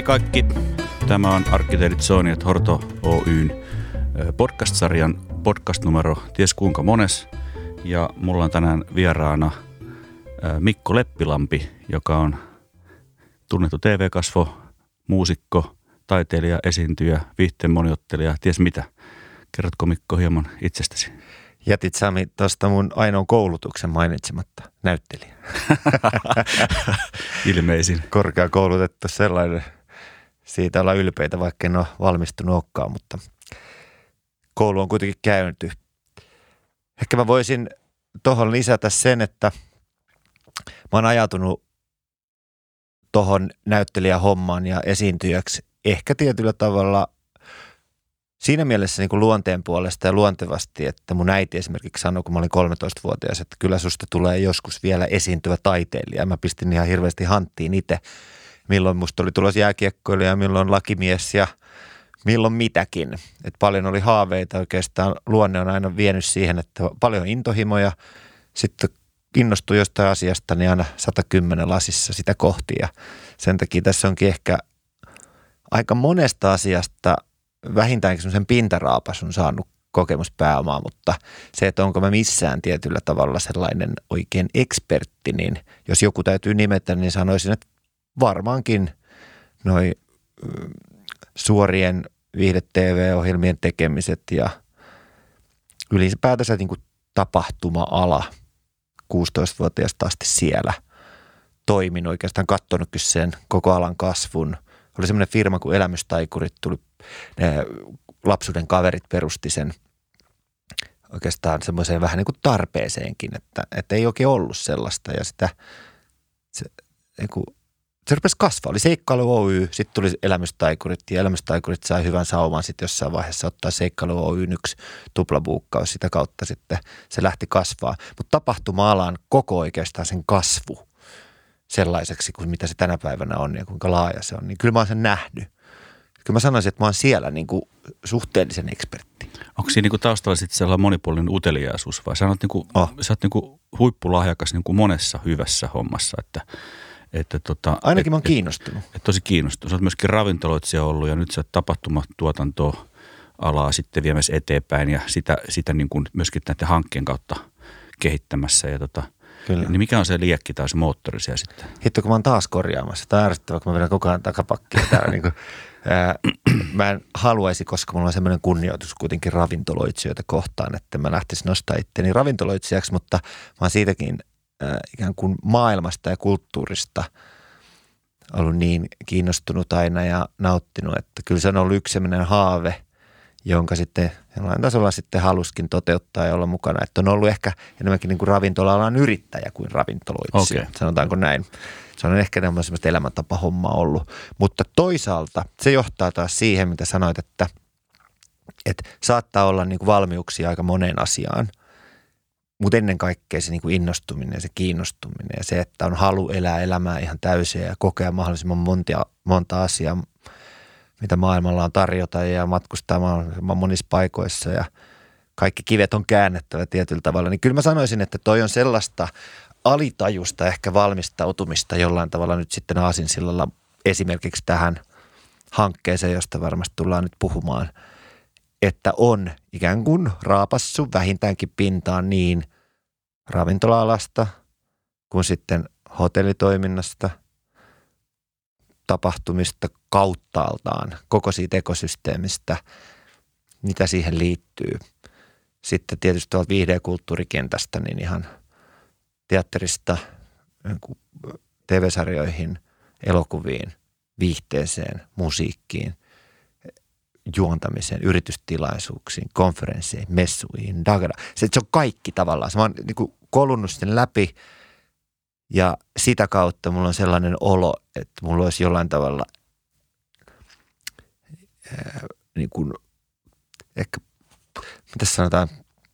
Hei kaikki! Tämä on Arkkitehdit Soiniat Horto Oyn podcast-sarjan podcast-numero ties kuinka mones. Ja mulla on tänään vieraana Mikko Leppilampi, joka on tunnettu TV-kasvo, muusikko, taiteilija, esiintyjä, viihteen moniottelija, ties mitä. Kerrotko Mikko hieman itsestäsi? Jätit Sami tuosta mun ainoan koulutuksen mainitsematta, näyttelijä. Ilmeisin. Korkeakoulutettu sellainen, siitä ollaan ylpeitä, vaikka en ole valmistunut olekaan, mutta koulu on kuitenkin käynty. Ehkä mä voisin tuohon lisätä sen, että mä oon ajatunut tuohon näyttelijähommaan ja esiintyjäksi ehkä tietyllä tavalla siinä mielessä niin kuin luonteen puolesta ja luontevasti, että mun äiti esimerkiksi sanoi, kun mä olin 13-vuotias, että kyllä susta tulee joskus vielä esiintyvä taiteilija. Mä pistin ihan hirveästi hanttiin itse, milloin musta oli tulossa jääkiekkoilija ja milloin lakimies ja milloin mitäkin. Et paljon oli haaveita oikeastaan. Luonne on aina vienyt siihen, että paljon intohimoja. Sitten innostui jostain asiasta, niin aina 110 lasissa sitä kohti. Ja sen takia tässä onkin ehkä aika monesta asiasta vähintäänkin semmoisen pintaraapasun saanut kokemuspääomaa, mutta se, että onko mä missään tietyllä tavalla sellainen oikein ekspertti, niin jos joku täytyy nimetä, niin sanoisin, että varmaankin noi suorien viihde-tv-ohjelmien tekemiset ja ylipäätänsä niin kuin tapahtuma-ala 16-vuotiaasta asti siellä toimin oikeastaan, katsonutkin sen koko alan kasvun. Oli semmoinen firma kuin Elämystaikurit, tuli lapsuuden kaverit perusti sen oikeastaan semmoiseen vähän niin kuin tarpeeseenkin, että ei oikein ollut sellaista ja se rupesi kasvaa. Oli Seikkailu Oy, sitten tuli Elämystaikurit ja Elämystaikurit sai hyvän sauman sitten jossain vaiheessa ottaa Seikkailu Oyn yksi tuplabuukkaus. Sitä kautta sitten se lähti kasvaa. Mutta tapahtuma-alan koko oikeastaan sen kasvu sellaiseksi kuin mitä se tänä päivänä on ja kuinka laaja se on, niin kyllä mä oon sen nähnyt. Kyllä mä sanoisin, että mä oon siellä niin kuin suhteellisen ekspertti. Onko siinä niin kuin taustalla sitten sellainen monipuolinen uteliaisuus vai sä oot, sä oot niin kuin huippulahjakas niin kuin monessa hyvässä hommassa, ainakin mä oon kiinnostunut. Tosi kiinnostunut. Sä oot myöskin ravintoloitsija ollut ja nyt sä oot tapahtumatuotantoalaa sitten viemässä eteenpäin ja sitä niin kuin myöskin näiden hankkeen kautta kehittämässä ja Kyllä. Niin mikä on se liekki tai se moottori siellä sitten? Hitto, kun mä oon taas korjaamassa. Tämä on ärsyttävää, kun mä vedän koko ajan takapakkia. Mä en haluaisi, koska mulla on semmoinen kunnioitus kuitenkin ravintoloitsijoita kohtaan, että mä lähtisin nostaa itteni ravintoloitsijaksi, mutta mä oon siitäkin ikään kuin maailmasta ja kulttuurista ollut niin kiinnostunut aina ja nauttinut, että kyllä se on ollut yksi semmoinen haave, jonka sitten jollain tasolla sitten haluskin toteuttaa ja olla mukana. Että on ollut ehkä enemmänkin niin kuin ravintola-alan yrittäjä kuin ravintoloitsija, sanotaanko näin. Se on ehkä semmoista elämäntapahommaa ollut. Mutta toisaalta se johtaa taas siihen, mitä sanoit, että saattaa olla niin kuin valmiuksia aika moneen asiaan. Mutta ennen kaikkea se niin kuin innostuminen ja se kiinnostuminen ja se, että on halu elää elämää ihan täysin ja kokea mahdollisimman monta asiaa, mitä maailmalla on tarjota ja matkustaa mahdollisimman monissa paikoissa ja kaikki kivet on käännettävä tietyllä tavalla. Niin kyllä mä sanoisin, että toi on sellaista alitajusta ehkä valmistautumista jollain tavalla nyt sitten aasinsillalla esimerkiksi tähän hankkeeseen, josta varmasti tullaan nyt puhumaan, että on ikään kuin raapassu vähintäänkin pintaan niin ravintola-alasta kuin sitten hotellitoiminnasta, tapahtumista kauttaaltaan, koko siitä ekosysteemistä, mitä siihen liittyy. Sitten tietysti tuolta viihde- ja kulttuurikentästä, niin ihan teatterista, TV-sarjoihin, elokuviin, viihteeseen, musiikkiin, juontamiseen, yritystilaisuuksiin, konferensseihin, messuihin, se on kaikki tavallaan. Mä oon niin kuin kolunnut sen läpi ja sitä kautta mulla on sellainen olo, että mulla olisi jollain tavalla niin kuin ehkä, mitä sanotaan,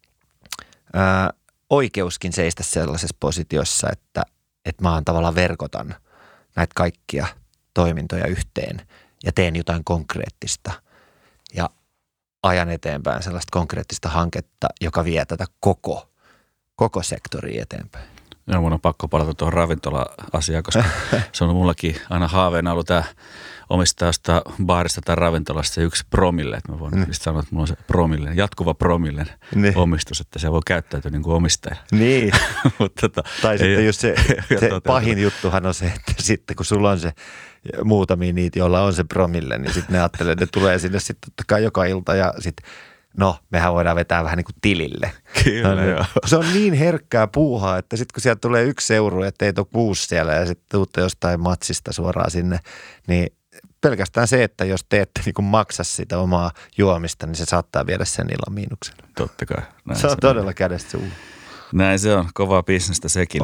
oikeuskin seistä sellaisessa positiossa, että mä oon tavallaan verkotan näitä kaikkia toimintoja yhteen ja teen jotain konkreettista ja ajan eteenpäin sellaista konkreettista hanketta, joka vie tätä koko sektoria eteenpäin. Joo, mun on pakko palata tuohon ravintola-asiaan, koska se on mullakin aina haaveena ollut tämä omistaa jostain baarista tai ravintolasta se 1 promille. Että mä voin sanoa, että mulla on se promille, jatkuva promillen omistus, että se voi käyttäytyä niin kuin omistaja. Niin. Tai sitten just se pahin juttuhan on se, että sitten kun sulla on se muutamia niitä, joilla on se promille, niin sitten ne ajattelee, että ne tulee sinne sitten totta kai joka ilta ja sitten mehän voidaan vetää vähän niin kuin tilille. Kyllä, joo. Se on niin herkkää puuhaa, että sitten kun sieltä tulee 1 euro ja teitä on 6 siellä ja sitten tuutte jostain matsista suoraan sinne, niin pelkästään se, että jos te ette niin kuin maksa sitä omaa juomista, niin se saattaa viedä sen illan miinuksen. Totta kai. Se on todella kädestä suuhun. Näin se on. Kovaa bisnestä sekin.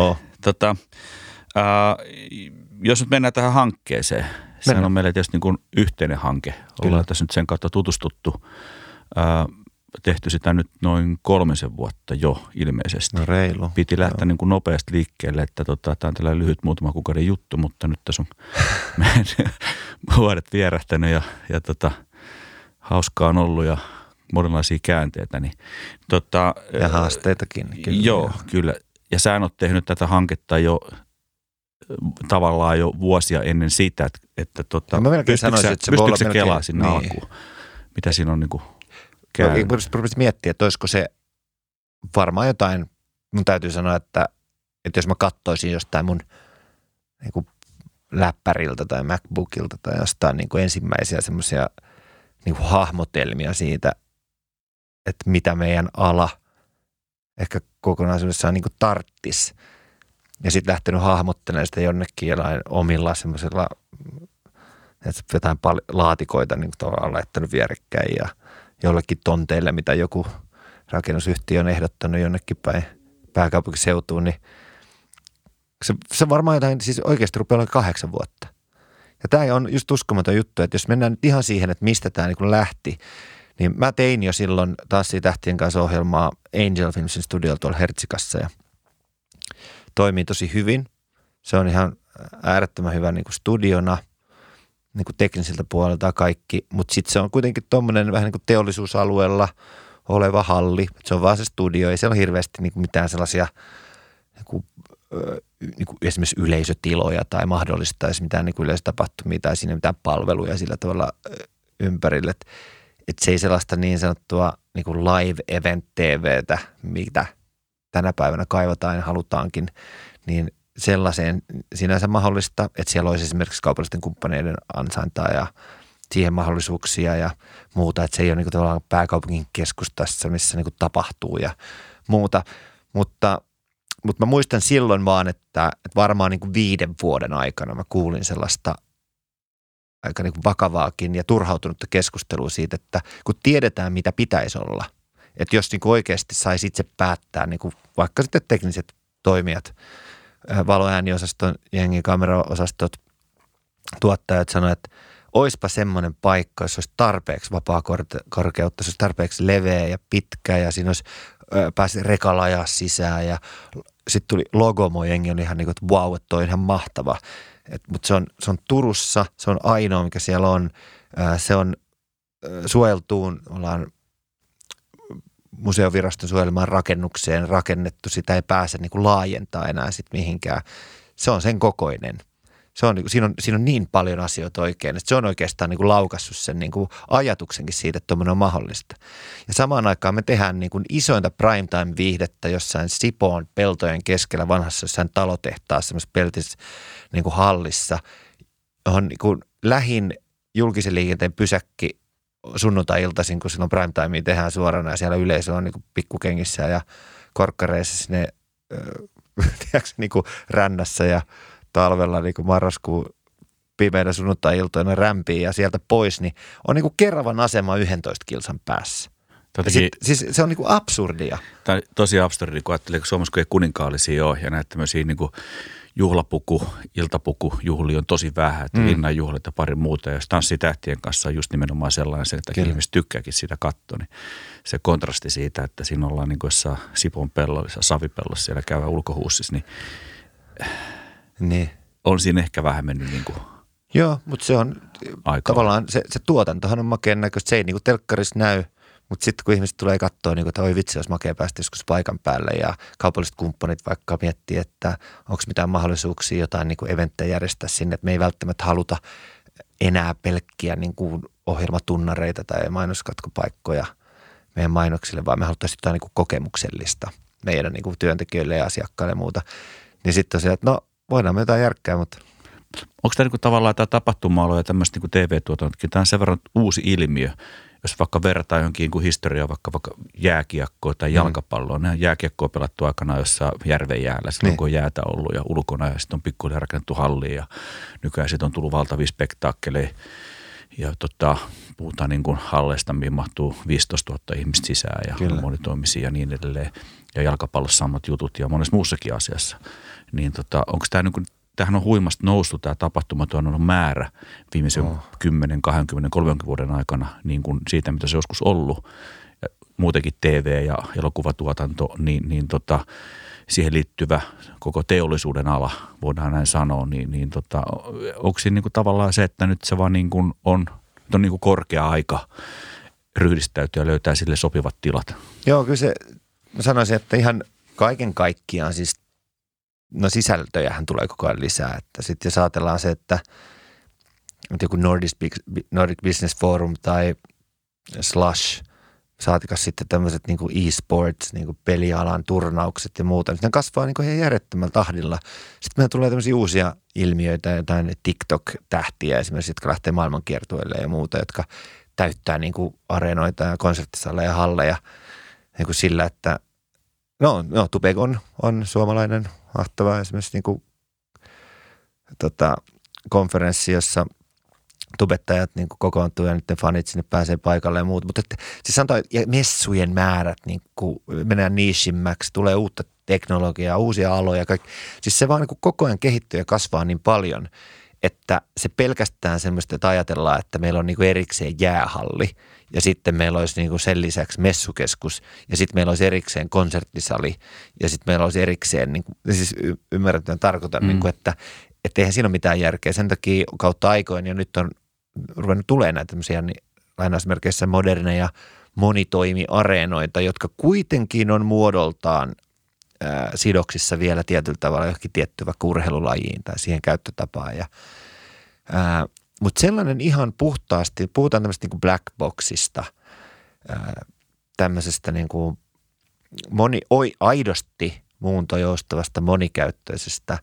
Jos nyt mennään tähän hankkeeseen. Sehän on meille tietysti niin kuin yhteinen hanke. Ollaan tässä nyt sen kautta tutustuttu. Tehty sitä nyt noin 3 vuotta jo ilmeisesti. No reilu. Piti lähteä niin kuin nopeasti liikkeelle, että tämä on tällainen lyhyt muutama kuukauden juttu, mutta nyt tässä on vuodet vierähtänyt ja hauskaa on ollut ja monenlaisia käänteitä. Niin, ja haasteitakin. Kyllä, joo, kyllä. Ja sä oot tehnyt tätä hanketta jo tavallaan jo vuosia ennen sitä, että pystytkö se kelaa sinne alkuun? Mitä siinä on niin kuin käynyt? Rupesin miettiä, että olisiko se varmaan jotain, mun täytyy sanoa, että jos mä katsoisin jostain mun niin kuin läppäriltä tai MacBookilta tai jostain niin kuin ensimmäisiä semmoisia niin kuin hahmotelmia siitä, että mitä meidän ala ehkä kokonaisuudessaan niin kuin tarttisi. Ja sitten lähtenyt hahmottelemaan sitä jonnekin jollain omilla semmoisilla, että jotain laatikoita niin tavallaan laittanut vierekkäin ja jollekin tonteille, mitä joku rakennusyhtiö on ehdottanut jonnekin päin pääkaupunkiseutuun, niin se varmaan jotain, siis oikeasti rupeaa olla 8 vuotta. Ja tämä on just uskomaton juttu, että jos mennään nyt ihan siihen, että mistä tämä niin lähti, niin mä tein jo silloin Tanssia tähtien kanssa ohjelmaa Angel Filmsin studiolla tuolla Hertsikassa ja toimii tosi hyvin. Se on ihan äärettömän hyvä niin kuin studiona, niin kuin teknisiltä puolelta kaikki, mutta sitten se on kuitenkin tuommoinen vähän niin kuin teollisuusalueella oleva halli. Se on vaan se studio, ei siellä ole hirveästi niin kuin mitään sellaisia niin kuin esimerkiksi yleisötiloja tai mahdollistaisi mitään niin kuin yleisötapahtumia tai siinä mitään palveluja sillä tavalla ympärille. Että se ei sellaista niin sanottua niin kuin live event TVtä, mitä tänä päivänä kaivataan ja halutaankin, niin sellaiseen sinänsä mahdollista, että siellä olisi esimerkiksi kaupallisten kumppaneiden ansaintaa ja siihen mahdollisuuksia ja muuta, että se ei ole niin kuin tavallaan pääkaupungin keskustassa, missä niin kuin tapahtuu ja muuta, mutta mä muistan silloin vaan, että varmaan niin kuin 5 vuoden aikana mä kuulin sellaista aika niin kuin vakavaakin ja turhautunutta keskustelua siitä, että kun tiedetään mitä pitäisi olla, että jos niin kuin oikeasti saisi itse päättää, niin kuin vaikka sitten tekniset toimijat, valoääniosaston, jengi, kameraosastot, tuottajat sanoivat, että oispa semmoinen paikka, jos olisi tarpeeksi vapaa korkeutta, se olisi tarpeeksi leveä ja pitkä ja siinä olisi pääsi rekalla ajaa sisään ja sitten tuli Logomo, jengi on ihan niin kuin, että vau, että toi on ihan mahtava. Mutta se on Turussa, se on ainoa, mikä siellä on. Se on suojeltuun, ollaan museoviraston suojelemaan rakennukseen rakennettu, sitä ei pääse niin kuin laajentaa enää sitten mihinkään. Se on sen kokoinen. Siinä on niin paljon asioita oikein, että se on oikeastaan niin kuin laukassut sen niin kuin ajatuksenkin siitä, että tuommoinen on mahdollista. Ja samaan aikaan me tehdään niin kuin isointa primetime-viihdettä jossain Sipoon peltojen keskellä vanhassa jossain talotehtaassa, semmoisessa peltissä niin kuin hallissa, johon niin kuin lähin julkisen liikenteen pysäkki sunnuntai-iltaisin, kun silloin primetimea tehdään suorana ja siellä yleisö on niin kuin pikkukengissä ja korkkareissa sinne niin kuin rännässä ja talvella niin kuin marraskuun pimeänä sunnuntai-iltoina rämpii ja sieltä pois, niin on niin kuin Keravan asema 11 kilsan päässä. Siis se on niin kuin absurdia. Tämä on tosi absurdia, kun ajattelee, kun Suomessa ei kuninkaallisia ole ja näitä tämmöisiä niin kuin iltapukujuhlia on tosi vähän, että linnanjuhlat ja pari muuta. Ja jos Tanssia tähtien kanssa on just nimenomaan sellainen, sen takia ihmiset tykkääkin sitä katsoa, niin se kontrasti siitä, että siinä ollaan niin kuin jossain Sipon pellossa, savipellossa siellä käyvä ulkohuussissa, niin on siinä ehkä vähän mennyt niin kuin joo, mutta se on aikaa. Tavallaan se tuotantohan on makeen näköistä. Se ei niin kuin telkkarissa näy, Mutta sitten kun ihmiset tulee katsoa, niin että oi vitsi, jos makea päästä joskus paikan päälle ja kaupalliset kumppanit vaikka miettii, että onko mitään mahdollisuuksia jotain niin kuin eventtejä järjestää sinne, että me ei välttämättä haluta enää pelkkiä niin kuin ohjelmatunnareita tai mainoskatkopaikkoja meidän mainoksille, vaan me haluttaisiin jotain niin kuin kokemuksellista meidän niin kuin työntekijöille ja asiakkaille ja muuta. Niin sitten on se, että no voidaan me jotain järkkää, mutta onko tämä niin tavallaan tämä tapahtuma-alo ja tämmöistä niin TV-tuotantokin, tämä on sen verran uusi ilmiö, jos vaikka vertaa johonkin niin historiaa, vaikka jääkiekkoa tai jalkapalloa. Nehän jääkiekkoa on pelattu aikanaan jossain järven jäällä, silloin kun on jäätä ollut ja ulkona ja sitten on pikkuhiljaa rakennettu halliin ja nykyään sitten on tullut valtavia spektaakkeleja. Ja puhutaan niin kuin halleista, mihin mahtuu 15 000 ihmistä sisään ja monitoimisia ja niin edelleen. Ja jalkapallossa samat jutut ja monessa muussakin asiassa. Niin onko tämä niin kuin, tämähän on huimasti noussut tämä tapahtumatuotannon määrä viimeisen 10, 20, 30 vuoden aikana niin kuin siitä, mitä se joskus ollut. Ja muutenkin TV ja elokuvatuotanto, niin siihen liittyvä koko teollisuuden ala, voidaan näin sanoa, niin onko siinä niin kuin tavallaan se, että nyt se vaan niin kuin on niin kuin korkea aika ryhdistäytyä ja löytää sille sopivat tilat? Joo, kyllä se, mä sanoisin, että ihan kaiken kaikkiaan siis, no sisältöjähän tulee koko ajan lisää, että sitten jos ajatellaan se, että joku Nordic Business Forum tai Slush, saatikas sitten tämmöiset niin kuin e-sports, niin kuin pelialan turnaukset ja muuta. Ne kasvaa niin kuin ihan järjettömällä tahdilla. Sitten meillä tulee tämmöisiä uusia ilmiöitä, jotain TikTok-tähtiä esimerkiksi, jotka lähtee maailmankiertueelle ja muuta, jotka täyttää niin kuin areenoita ja konserttisaleja ja halleja niin kuin sillä, että no Tupek on suomalainen mahtava esimerkiksi niin kuin, konferenssi, jossa tubettajat niin kokoontuu ja niiden fanit sinne pääsee paikalle ja muuta. Mutta siis sanotaan, ja messujen määrät niin mennään niishimmäksi, tulee uutta teknologiaa, uusia aloja. Siis se vaan niin koko ajan kehittyy ja kasvaa niin paljon, että se pelkästään semmoista, että ajatellaan, että meillä on niin erikseen jäähalli ja sitten meillä olisi niin sen lisäksi messukeskus ja sitten meillä olisi erikseen konserttisali ja sitten meillä olisi erikseen, niin kuin, siis ymmärretään tarkoitan, niin kuin, että eihän siinä ole mitään järkeä. Sen takia kautta aikoin ja nyt on ruvennut tulee näitä tämmöisiä niin, lainausmerkeissä moderneja monitoimiareenoita, jotka kuitenkin on muodoltaan sidoksissa vielä tietyllä tavalla johonkin tiettyyn vaikka urheilulajiin tai siihen käyttötapaan. Mutta sellainen ihan puhtaasti, puhutaan tämmöistä niin kuin black boxista, tämmöisestä niin kuin aidosti muuntojoustavasta monikäyttöisestä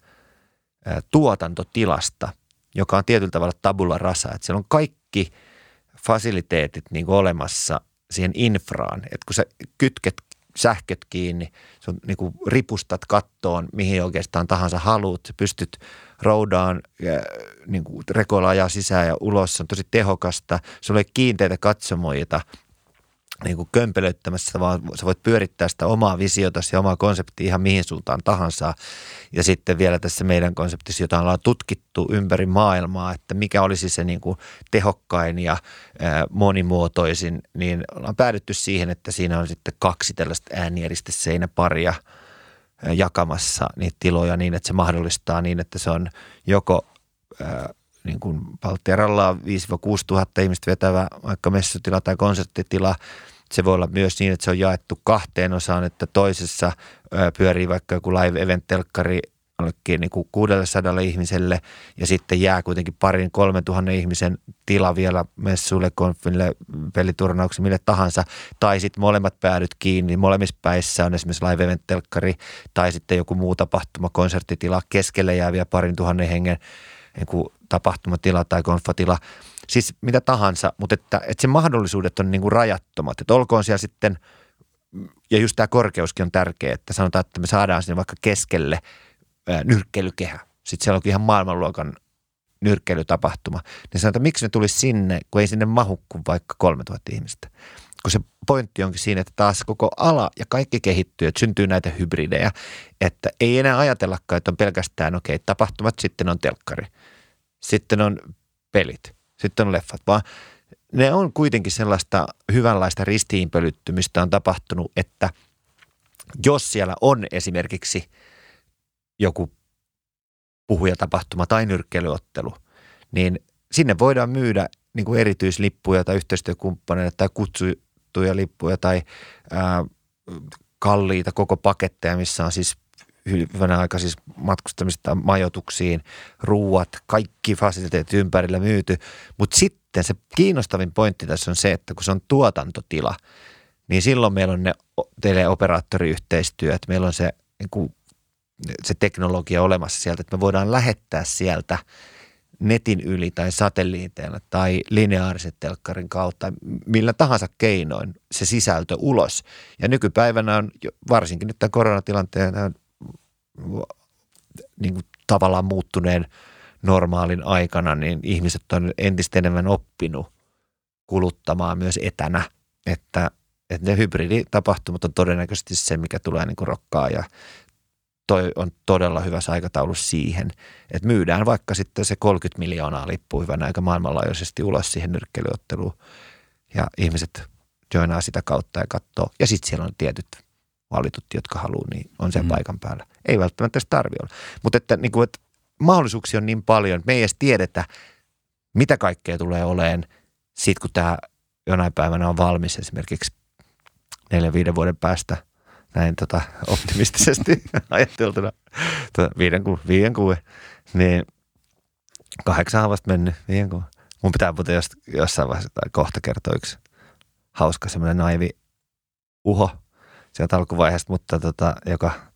tuotantotilasta, joka on tietyllä tavalla tabula rasa. Että siellä on kaikki fasiliteetit niin kuin olemassa siihen infraan. Että kun sä kytket sähköt kiinni, sun niin kuin ripustat kattoon, mihin oikeastaan tahansa haluat. Sä pystyt roudaan niin kuin rekoilla ajaa sisään ja ulos. Se on tosi tehokasta. Sulla ei kiinteitä katsomoita niin kuin kömpelöittämässä, vaan sä voit pyörittää sitä omaa visiotasi ja omaa konseptia ihan mihin suuntaan tahansa. Ja sitten vielä tässä meidän konseptissa, jota ollaan tutkittu ympäri maailmaa, että mikä olisi se niin kuin tehokkain ja monimuotoisin, niin ollaan päädytty siihen, että siinä on sitten 2 tällaista äänieristeseinäparia jakamassa niitä tiloja niin, että se mahdollistaa niin, että se on joko niin kuin Palttiaralla on 5-6 000 ihmistä vetävä vaikka messutila tai konserttitila. Se voi olla myös niin, että se on jaettu 2 osaan, että toisessa pyörii vaikka joku live-event-telkkari niin kuin 600 ihmiselle ja sitten jää kuitenkin 2,000–3 000 ihmisen tila vielä messuille, konfille, peliturnauksille, mille tahansa. Tai sitten molemmat päädyt kiinni, molemmissa päissä on esimerkiksi live-event-telkkari tai sitten joku muu tapahtuma, konserttitila, keskelle jää vielä 2,000 hengen niin kuin tapahtumatila tai konfatila, siis mitä tahansa, mutta että se mahdollisuudet on niin kuin rajattomat. Että olkoon siellä sitten, ja just tämä korkeuskin on tärkeä, että sanotaan, että me saadaan sinne vaikka keskelle nyrkkeilykehä. Sitten siellä onkin ihan maailmanluokan nyrkkeilytapahtuma. Niin sanotaan, että miksi ne tulisi sinne, kun ei sinne mahu kuin vaikka 3000 ihmistä. Kun se pointti onkin siinä, että taas koko ala ja kaikki kehittyy, että syntyy näitä hybridejä, että ei enää ajatellakaan, että on pelkästään tapahtumat, sitten on telkkari, sitten on pelit, sitten on leffat, vaan ne on kuitenkin sellaista hyvänlaista ristiinpölyttymistä on tapahtunut, että jos siellä on esimerkiksi joku puhujatapahtuma tai nyrkkeilyottelu, niin sinne voidaan myydä niin kuin erityislippuja tai yhteistyökumppaneille tai varattuja lippuja tai kalliita koko paketteja, missä on siis hyvänä aika siis matkustamista majoituksiin, ruuat, kaikki fasiliteetit ympärillä myyty. Mutta sitten se kiinnostavin pointti tässä on se, että kun se on tuotantotila, niin silloin meillä on ne teleoperaattoriyhteistyöt, meillä on se, niin kuin, se teknologia olemassa sieltä, että me voidaan lähettää sieltä netin yli tai satelliiteilla tai lineaarisen telkkarin kautta, millä tahansa keinoin se sisältö ulos. Ja nykypäivänä on varsinkin nyt tämän koronatilanteen niin kuin tavallaan muuttuneen normaalin aikana, niin ihmiset on entistä enemmän oppinut kuluttamaan myös etänä, että ne hybriditapahtumat on todennäköisesti se, mikä tulee niin kuin rokkaa ja toi on todella hyvässä aikataulussa siihen, että myydään vaikka sitten se 30 miljoonaa lippua hyvänä aika maailmanlaajuisesti ulos siihen nyrkkeilyotteluun ja ihmiset joinaa sitä kautta ja katsoo. Ja sitten siellä on tietyt valitut, jotka haluaa, niin on sen paikan päällä. Ei välttämättä edes tarvitse olla. Mutta että, niin kuin, että mahdollisuuksia on niin paljon, että me ei edes tiedetä, mitä kaikkea tulee oleen siitä, kun tämä jonain päivänä on valmis esimerkiksi 4-5 vuoden päästä näin optimistisesti ajateltuna, 5-6, niin 8 on vasta mennyt, 5-6. Mun pitää muuten jossain vaiheessa tai kohta kertoa yksi hauska semmoinen naivi uho sieltä alkuvaiheesta, mutta joka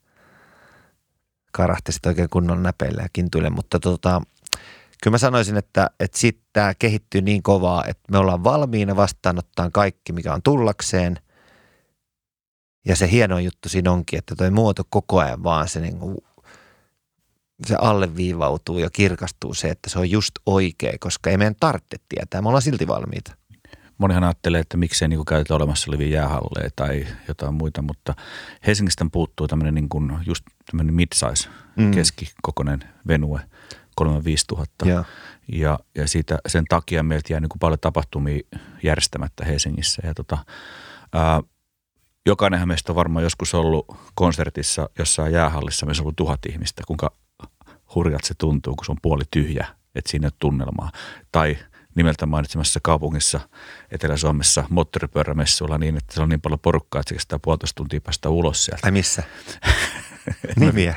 karahti sitten oikein kunnolla näpeille ja kintuille, mutta kyllä mä sanoisin, että sitten tämä kehittyy niin kovaa, että me ollaan valmiina vastaanottaa kaikki, mikä on tullakseen. Ja se hieno juttu siinä onkin, että toi muoto koko ajan vaan se, se alleviivautuu ja kirkastuu se, että se on just oikea, koska ei meidän tarvitse tietää. Me ollaan silti valmiita. Monihan ajattelee, että miksei niin käytetä olemassa olevia jäähalleja tai jotain muita, mutta Helsingistä puuttuu tämmöinen niin kuin just tämmöinen mid-size, keskikokoinen venue, 3-5 tuhatta. Ja siitä, sen takia meiltä jää niin kuin paljon tapahtumia järjestämättä Helsingissä. Ja jokainenhan meistä on varmaan joskus ollut konsertissa jossain jäähallissa, missä on ollut 1000 ihmistä, kuinka hurjat se tuntuu, kun se on puoli tyhjä, että siinä ei ole tunnelmaa. Tai nimeltä mainitsemassa kaupungissa Etelä-Suomessa moottoripyörämessuilla niin, että se on niin paljon porukkaa, että se kestää 1,5 tuntia päästä ulos sieltä. Ai missä? Nimiä.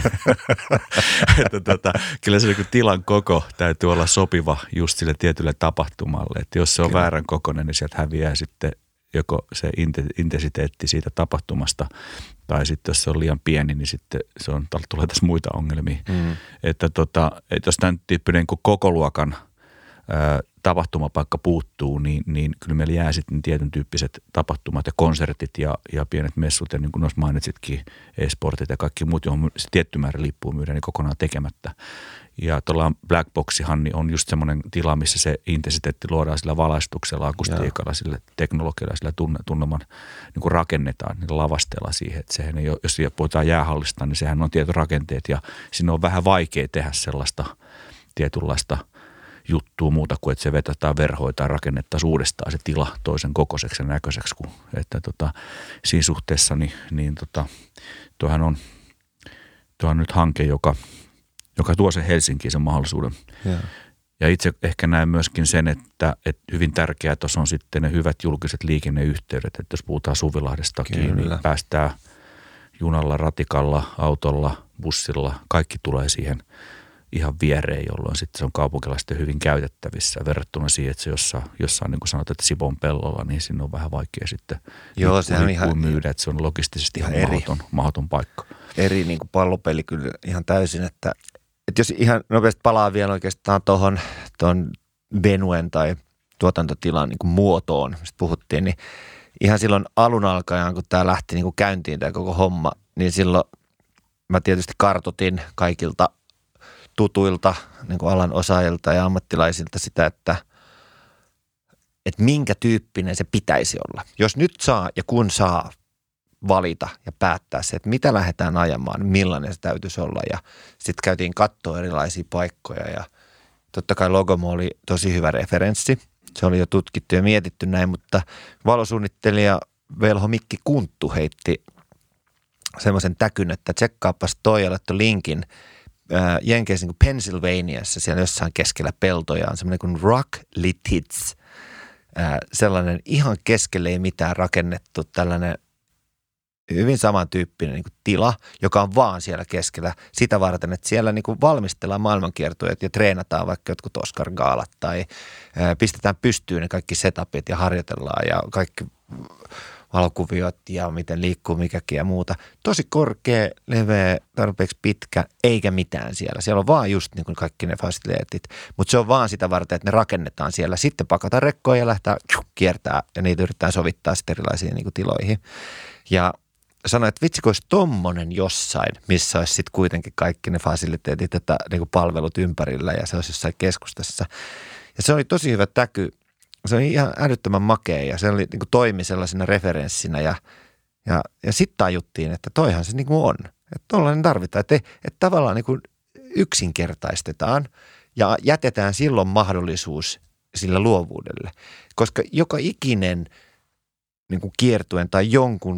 Kyllä se tilan koko täytyy olla sopiva just sille tietylle tapahtumalle. Että jos se on väärän kokoinen, niin sieltä häviää sitten joko se intensiteetti siitä tapahtumasta, tai sitten jos se on liian pieni, niin sitten tulee tässä muita ongelmia. Että jos tämän tyyppinen koko luokan tapahtumapaikka puuttuu, niin kyllä meillä jää sitten tietyn tyyppiset tapahtumat ja konsertit ja pienet messut, ja niin kuin noissa mainitsitkin, e-sportit ja kaikki muut, johon se tietty määrä lippua myydään, niin kokonaan tekemättä. Ja tuolla Black Boxihan niin on just semmoinen tila, missä se intensiteetti luodaan sillä valaistuksella, akustiikalla, sillä teknologialla, sillä tunnelman niin kuin rakennetaan niillä lavasteella siihen. Että sehän ei ole, jos puhutaan jäähallista, niin sehän on tietyt rakenteet ja siinä on vähän vaikea tehdä sellaista tietynlaista juttua muuta kuin, että se vetetään verhoja tai rakennettaisiin uudestaan se tila toisen kokoiseksi ja näköiseksi. Että siinä suhteessa tuohan on nyt hanke, joka tuo sen Helsinkiin sen mahdollisuuden. Ja itse ehkä näen myöskin sen, että hyvin tärkeää tuossa on sitten ne hyvät julkiset liikenneyhteydet. Että jos puhutaan Suvilahdestakin, niin päästään junalla, ratikalla, autolla, bussilla. Kaikki tulee siihen ihan viereen, jolloin sitten se on kaupunkilaisten hyvin käytettävissä verrattuna siihen, että se jossain niin kuin sanot, että Sibon pellolla, niin siinä on vähän vaikea sitten myydä, että se on logistisesti ihan mahdoton paikka. Eri niin kuin pallopeli kyllä ihan täysin, että jos ihan nopeasti palaa vielä oikeastaan tuon venuen tai tuotantotilan niin kuin muotoon, mistä puhuttiin, niin ihan silloin alun alkaen, kun tämä lähti niin kuin käyntiin tämä koko homma, niin silloin mä tietysti kartoitin kaikilta tutuilta niin kuin alan osaajilta ja ammattilaisilta sitä, että minkä tyyppinen se pitäisi olla. Jos nyt saa ja kun saa valita ja päättää se, että mitä lähdetään ajamaan, millainen se täytyisi olla. Ja sitten käytiin katsoa erilaisia paikkoja ja totta kai Logomo oli tosi hyvä referenssi. Se oli jo tutkittu ja mietitty näin, mutta valosuunnittelija Velho Mikki Kunttu heitti semmoisen täkyn, että tsekkaapas toi ja laittoi linkin Jenkeissä niin kuin Pennsylvaniassa, siellä jossain keskellä peltoja on semmoinen kuin Rock Lititz sellainen ihan keskelle ei mitään rakennettu tällainen hyvin samantyyppinen niin kuin tila, joka on vaan siellä keskellä sitä varten, että siellä niin kuin valmistellaan maailmankiertueet ja treenataan vaikka jotkut Oscar-gaalat tai pistetään pystyyn ne kaikki setupit ja harjoitellaan ja kaikki valokuviot ja miten liikkuu mikäkin ja muuta. Tosi korkea, leveä, tarpeeksi pitkä, eikä mitään siellä. Siellä on vaan just niin kuin kaikki ne fasiliteetit, mutta se on vaan sitä varten, että ne rakennetaan siellä. Sitten pakataan rekkoja ja lähtee kiertää ja niitä yritetään sovittaa sitten erilaisiin niin kuin tiloihin. Ja sanoin, että vitsi, kun olisi tommonen jossain, missä olisi sitten kuitenkin kaikki ne fasiliteetit ja niin kuin palvelut ympärillä ja se olisi jossain keskustassa. Ja se oli tosi hyvä täky. Se oli ihan älyttömän makea ja se oli, niin kuin toimi sellaisena referenssinä ja sitten tajuttiin, että toihan se niin kuin on. Että tollainen tarvitaan, että tavallaan niin kuin yksinkertaistetaan ja jätetään silloin mahdollisuus sillä luovuudelle. Koska joka ikinen niin kuin kiertuen tai jonkun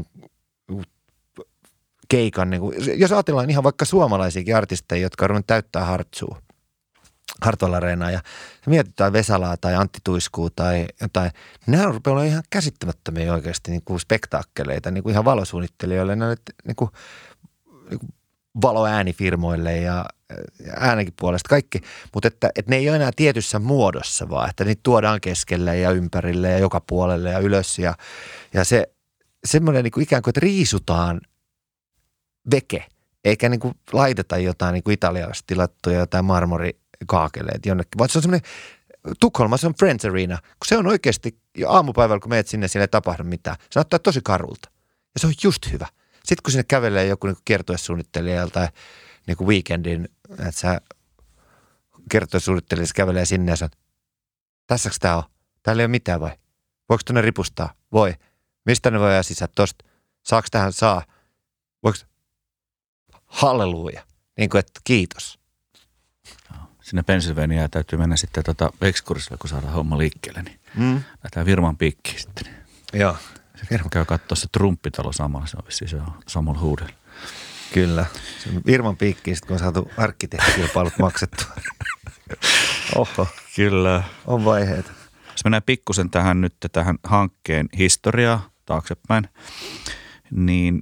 keikan, niin kuin, jos ajatellaan ihan vaikka suomalaisiakin artisteja, jotka on ruvennut täyttää Hartwall-areenaa ja mietitään Vesalaa tai Antti Tuiskua tai jotain. Nämä rupeaa olla ihan käsittämättömiä oikeasti niin kuin spektaakkeleita, niin kuin ihan valosuunnittelijoille, niin kuin valoäänifirmoille ja äänenkin puolesta kaikki. Mutta että ne ei ole enää tietyssä muodossa vaan, että niitä tuodaan keskelle ja ympärille ja joka puolelle ja ylös. Ja se semmoinen niin kuin ikään kuin, että riisutaan veke, eikä niin kuin laiteta jotain niin kuin Italiasta tilattuja jotain marmorikaakeleet jonnekin, vaan se on semmoinen, Tukholmassa on Friends Arena, kun se on oikeasti aamupäivällä, kun menet sinne, siellä ei tapahdu mitään. Se näyttää tosi karulta ja se on just hyvä. Sitten kun sinne kävelee joku niin kiertuesuunnittelija tai niin kuin Weekendin, että sä kiertuesuunnittelija kävelee sinne ja sanoo, tässäks tää on? Täällä ei ole mitään vai? Voiko tuonne ripustaa? Voi. Mistä ne voi ajaa sisään tosta? Saaks tähän? Saa. Voiko? Halleluja. Niin kuin, että kiitos. Sinne Pennsylvaniaan täytyy mennä sitten ekskurssille, kun saadaan homma liikkeelle. Niin lähdetään Virman piikkiin sitten. Joo. Käy katsoa se Trumppitalo samalla. Se on vissiin se samalla huudella. Kyllä. Se on Virman piikkiin sitten, kun on saatu arkkitehtikilpailut maksettua. Oho. Kyllä. On vaiheita. Jos mennään pikkusen tähän hankkeen historiaa taaksepäin, niin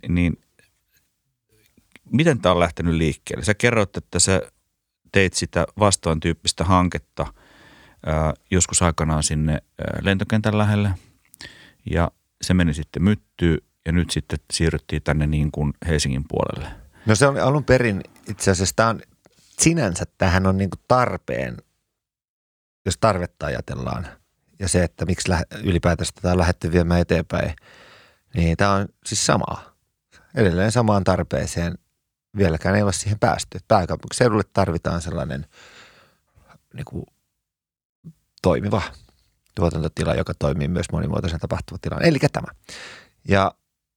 miten tämä on lähtenyt liikkeelle? Sä kerroit, että sä teit sitä vastaan tyyppistä hanketta joskus aikanaan sinne lentokentän lähelle ja se meni sitten myttyyn ja nyt sitten siirryttiin tänne niin kuin Helsingin puolelle. No se on alun perin itse asiassa tämä on sinänsä tähän on niin kuin tarpeen, jos tarvetta ajatellaan ja se, että miksi ylipäätänsä tätä on lähdetty viemään eteenpäin, niin tämä on siis samaa. Edelleen samaan tarpeeseen vieläkään ei ole siihen päästy. Pääkaupunkiseudulle tarvitaan sellainen niin kuin toimiva tuotantotila, joka toimii myös monimuotoisen tapahtumatilan. Eli tämä. Ja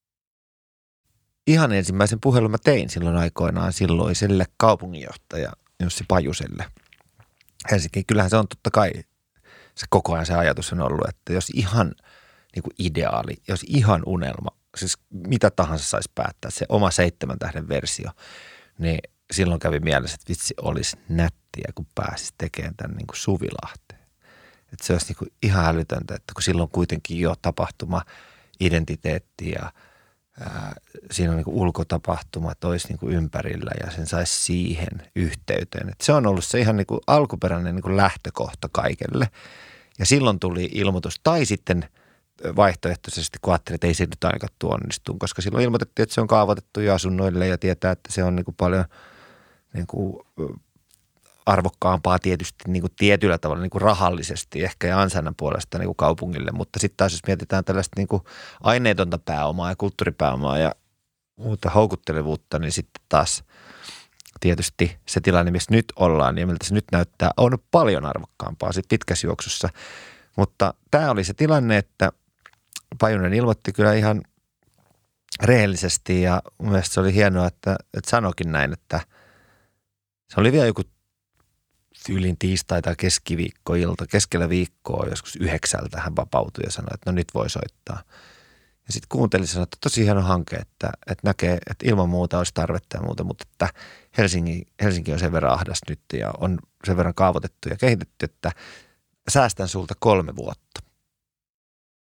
ihan ensimmäisen puhelun mä tein silloin aikoinaan silloiselle kaupunginjohtaja Jussi Pajuselle. Helsinki, kyllähän se on totta kai, se koko ajan se ajatus on ollut, että jos ihan niin kuin ideaali, jos ihan unelma, siis mitä tahansa saisi päättää, se oma 7 tähden versio, niin silloin kävi mielessä, että vitsi olisi nättiä, kun pääsisi tekemään tämän niin kuin Suvilahteen. Että se olisi niin kuin ihan älytöntä, että kun silloin kuitenkin jo tapahtuma, identiteetti ja siinä on niin kuin ulkotapahtumat olisi niin kuin ympärillä ja sen saisi siihen yhteyteen. Että se on ollut se ihan niin kuin alkuperäinen niin kuin lähtökohta kaikelle. Ja silloin tuli ilmoitus, tai sitten vaihtoehtoisesti, kun ajattelin, että ei se nyt ainakaan onnistu, koska silloin ilmoitettiin, että se on kaavoitettu jo asunnoille ja tietää, että se on niin kuin paljon niin kuin arvokkaampaa tietysti niin kuin tietyllä tavalla niin kuin rahallisesti ehkä ja ansainnan puolesta niin kuin kaupungille, mutta sitten taas jos mietitään tällaista niin kuin aineetonta pääomaa ja kulttuuripääomaa ja muuta houkuttelevuutta, niin sitten taas tietysti se tilanne, missä nyt ollaan ja miltä se nyt näyttää, on paljon arvokkaampaa sitten pitkässä juoksussa. Mutta tämä oli se tilanne, että Pajunen ilmoitti kyllä ihan rehellisesti ja mun mielestä se oli hienoa, että sanoikin näin, että se oli vielä joku tyylin tiistai tai keskiviikkoilta, keskellä viikkoa joskus 9 hän vapautui ja sanoi, että no nyt voi soittaa. Ja sitten kuuntelin ja sanoi, että tosi hieno hanke, että näkee, että ilman muuta olisi tarvetta ja muuta, mutta että Helsinki on sen verran ahdas nyt ja on sen verran kaavoitettu ja kehitetty, että säästän sulta 3 vuotta.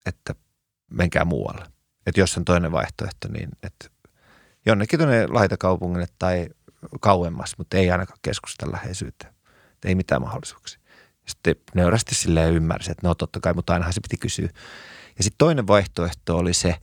että menkää muualle. Että jos on toinen vaihtoehto, niin että jonnekin tuonne laitakaupungille tai kauemmas, mutta ei ainakaan keskustan läheisyyteen. Että ei mitään mahdollisuuksia. Ja sitten nöyrästi silleen ymmärsi, että no totta kai, mutta ainahan se piti kysyä. Ja sitten toinen vaihtoehto oli se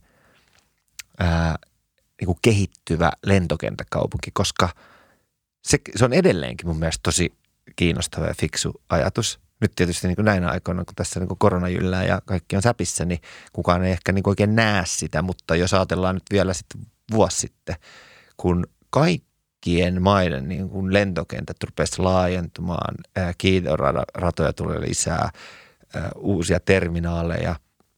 niin kuin kehittyvä lentokenttäkaupunki, koska se on edelleenkin mun mielestä tosi kiinnostava ja fiksu ajatus. Nyt tietysti niin kuin näinä aikoina, kun tässä niin kuin korona jyllää ja kaikki on säpissä, niin kukaan ei ehkä niin kuin oikein näe sitä, mutta jos ajatellaan nyt vielä sitten vuosi sitten, kun kaikkien maiden niin kuin lentokentät rupesi laajentumaan, kiitoratoja tulee lisää, uusia terminaaleja,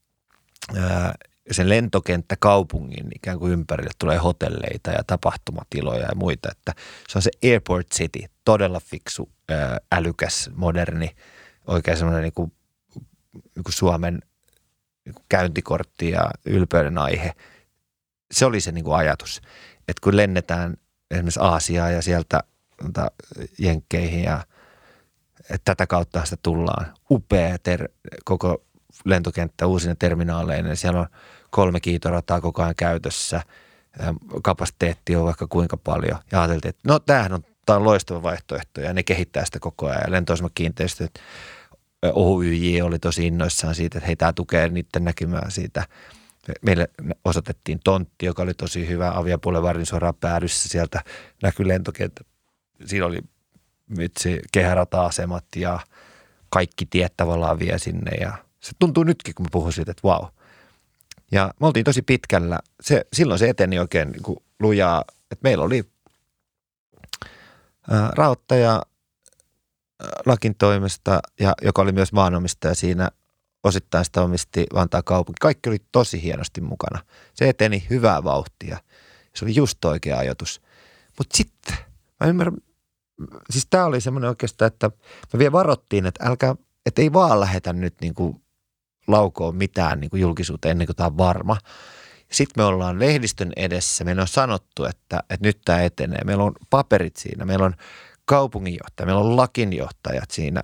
sen lentokenttäkaupungin ikään kuin ympärille tulee hotelleita ja tapahtumatiloja ja muita, että se on se Airport City, todella fiksu, älykäs, moderni, oikein semmoinen niin kuin Suomen niin kuin käyntikortti ja ylpeyden aihe. Se oli se niin kuin ajatus, että kun lennetään esimerkiksi Aasiaan ja sieltä Jenkkeihin ja tätä kautta sitä tullaan. Upea koko lentokenttä uusina terminaaleina. Siellä on 3 kiitorataa koko ajan käytössä. Kapasiteetti on vaikka kuinka paljon. Ja ajateltiin, että no tämä on loistava vaihtoehto ja ne kehittää sitä koko ajan. Ja lentoasemakiinteistöt, OYJ oli tosi innoissaan siitä, että hei, tämä tukee niiden näkymää siitä. Meille osoitettiin tontti, joka oli tosi hyvä. Avia Boulevardin suoraan päädyssä. Sieltä näkyi lentokenttä. Siinä oli kehärata-asemat ja kaikki tiet tavallaan vie sinne. Ja se tuntuu nytkin, kun mä puhun siitä, että vau. Ja me oltiin tosi pitkällä. Silloin se eteni oikein niin kuin lujaa. Että meillä oli rahoittaja Lakin toimesta, joka oli myös maanomistaja siinä. Osittain sitä omisti Vantaan kaupunki. Kaikki oli tosi hienosti mukana. Se eteni hyvää vauhtia. Se oli just oikea ajatus. Mutta sitten, mä ymmärrän, siis tämä oli semmoinen oikeastaan, että me vielä varoittiin, että älkää, että ei vaan lähetä nyt niinku laukoon mitään niinku julkisuuteen ennen kuin tämä on varma. Sitten me ollaan lehdistön edessä. Meillä on sanottu, että nyt tämä etenee. Meillä on paperit siinä. Meillä on kaupunginjohtaja. Meillä on lakinjohtajat siinä.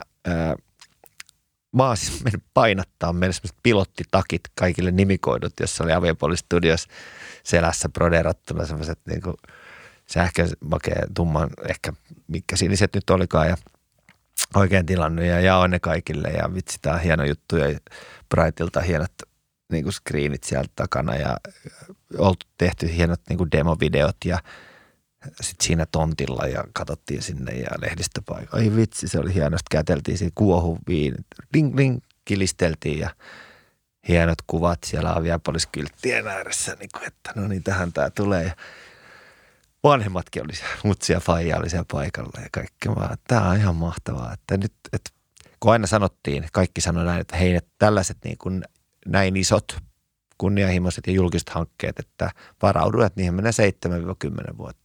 Mä oon siis mennyt painattaa meille sellaiset pilottitakit kaikille nimikoidut, jossa oli Aviapolis Studios selässä broderattuna sellaiset niin kuin sähkömakea tumman, ehkä mitkä siniset nyt olikaan ja oikein tilannut ja jaoin ne kaikille ja vitsi, tää on hieno juttu ja Brightilta hienot niin kuin screenit sieltä takana ja oltu tehty hienot niin kuin demovideot ja sitten siinä tontilla ja katsottiin sinne ja lehdistöpaikka. Ai vitsi, se oli hienosti. Käteltiin siinä kuohuviin. Ding, kilisteltiin ja hienot kuvat siellä Aviapolis-kylttien ääressä. Niin kuin, että no niin, tähän tämä tulee. Ja vanhemmatkin oli siellä. Mutsi ja faija oli siellä paikalla ja kaikki. Tämä on ihan mahtavaa. Että nyt, kun aina sanottiin, kaikki sanoi näin, että hei, tällaiset niin kuin näin isot kunnianhimoiset ja julkiset hankkeet, että varaudu, että niihin menee 7-10 vuotta.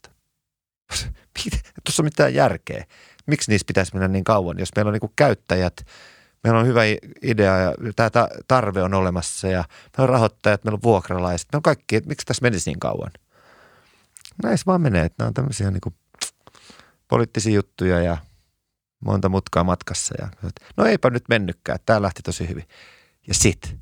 Tuossa on mitään järkeä. Miksi niissä pitäisi mennä niin kauan, jos meillä on niin käyttäjät, meillä on hyvä idea ja tämä tarve on olemassa ja meillä on rahoittajat, meillä on vuokralaiset, meillä on kaikki, että miksi tässä menisi niin kauan? Näissä vaan menee, että nämä on tämmöisiä niin poliittisia juttuja ja monta mutkaa matkassa. Ja, no eipä nyt mennytkään, tämä lähti tosi hyvin. Ja sit,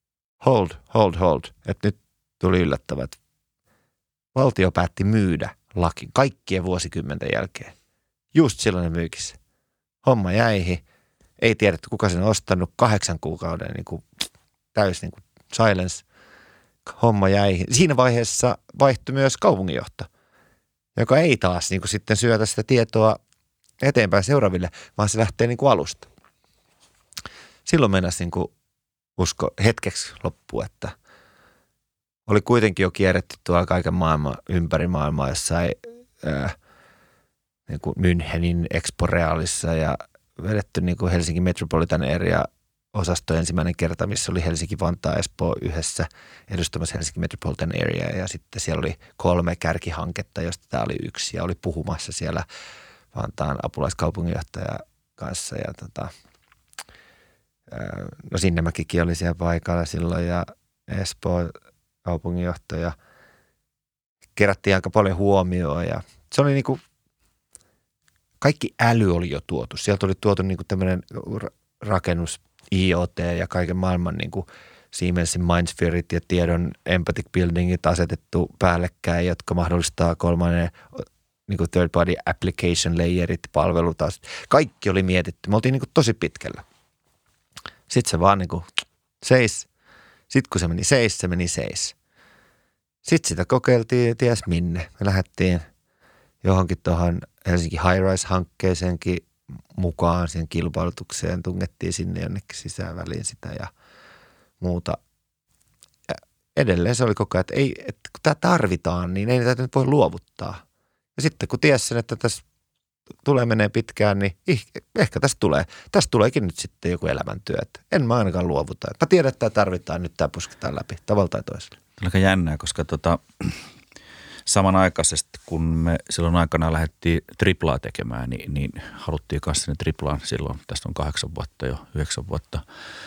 hold, että nyt tuli yllättävä, että valtio päätti myydä Lakin kaikkien vuosikymmenten jälkeen. Just silloin ne myykissä. Homma jäihin. Ei tiedetty, kuka sen on ostanut. 8 kuukauden niin kuin, täys niin kuin silence. Homma jäihin. Siinä vaiheessa vaihtui myös kaupunginjohto, joka ei taas niin kuin, sitten syötä sitä tietoa eteenpäin seuraaville, vaan se lähtee niin kuin alusta. Silloin mennäisi niin kuin, usko hetkeksi loppuun, että oli kuitenkin jo kierretty tuolla kaiken maailman, ympäri maailmaa jossain niin kuin Münchenin Expo Realissa ja vedetty niin kuin Helsingin Metropolitan Area -osasto ensimmäinen kerta, missä oli Helsinki, Vantaa, Espoo yhdessä edustamassa Helsingin Metropolitan Area ja sitten siellä oli 3 kärkihanketta, josta tämä oli yksi ja oli puhumassa siellä Vantaan apulaiskaupunginjohtaja kanssa ja no Sinnemäkikin oli siellä paikalla silloin ja Espoo kaupunginjohtaja. Kerättiin aika paljon huomioon ja se oli niinku, kaikki äly oli jo tuotu. Sieltä oli tuotu niinku tämmöinen rakennus, IoT ja kaiken maailman niinku Siemensin Mindspherit ja tiedon empathic buildingit asetettu päällekkäin, jotka mahdollistaa kolmannen niin kuin third party application layerit, palvelu taas. Kaikki oli mietitty. Me oltiin niin kuin tosi pitkällä. Sitten se vaan niin kuin seis. Sitten kun se meni seis. Sitten sitä kokeiltiin ties minne. Me lähdettiin johonkin tuohon Helsinki High-Rise-hankkeeseenkin mukaan siihen kilpailutukseen. Tungettiin sinne jonnekin sisäänväliin sitä ja muuta. Ja edelleen se oli koko ajan, että kun tämä tarvitaan, niin ei tätä nyt voi luovuttaa. Ja sitten kun tiesi sen, että tässä menee pitkään, niin ehkä tästä tuleekin nyt sitten joku elämäntyö. Että en mä ainakaan luovuta. Mä tiedän, että tämä tarvitaan, nyt tämä pusketaan läpi tavalla tai toisella. Aika jännää, koska samanaikaisesti, kun me silloin aikana lähdettiin triplaa tekemään, niin haluttiin kanssa sinne triplaan silloin, tästä on 8 vuotta jo, 9 vuotta,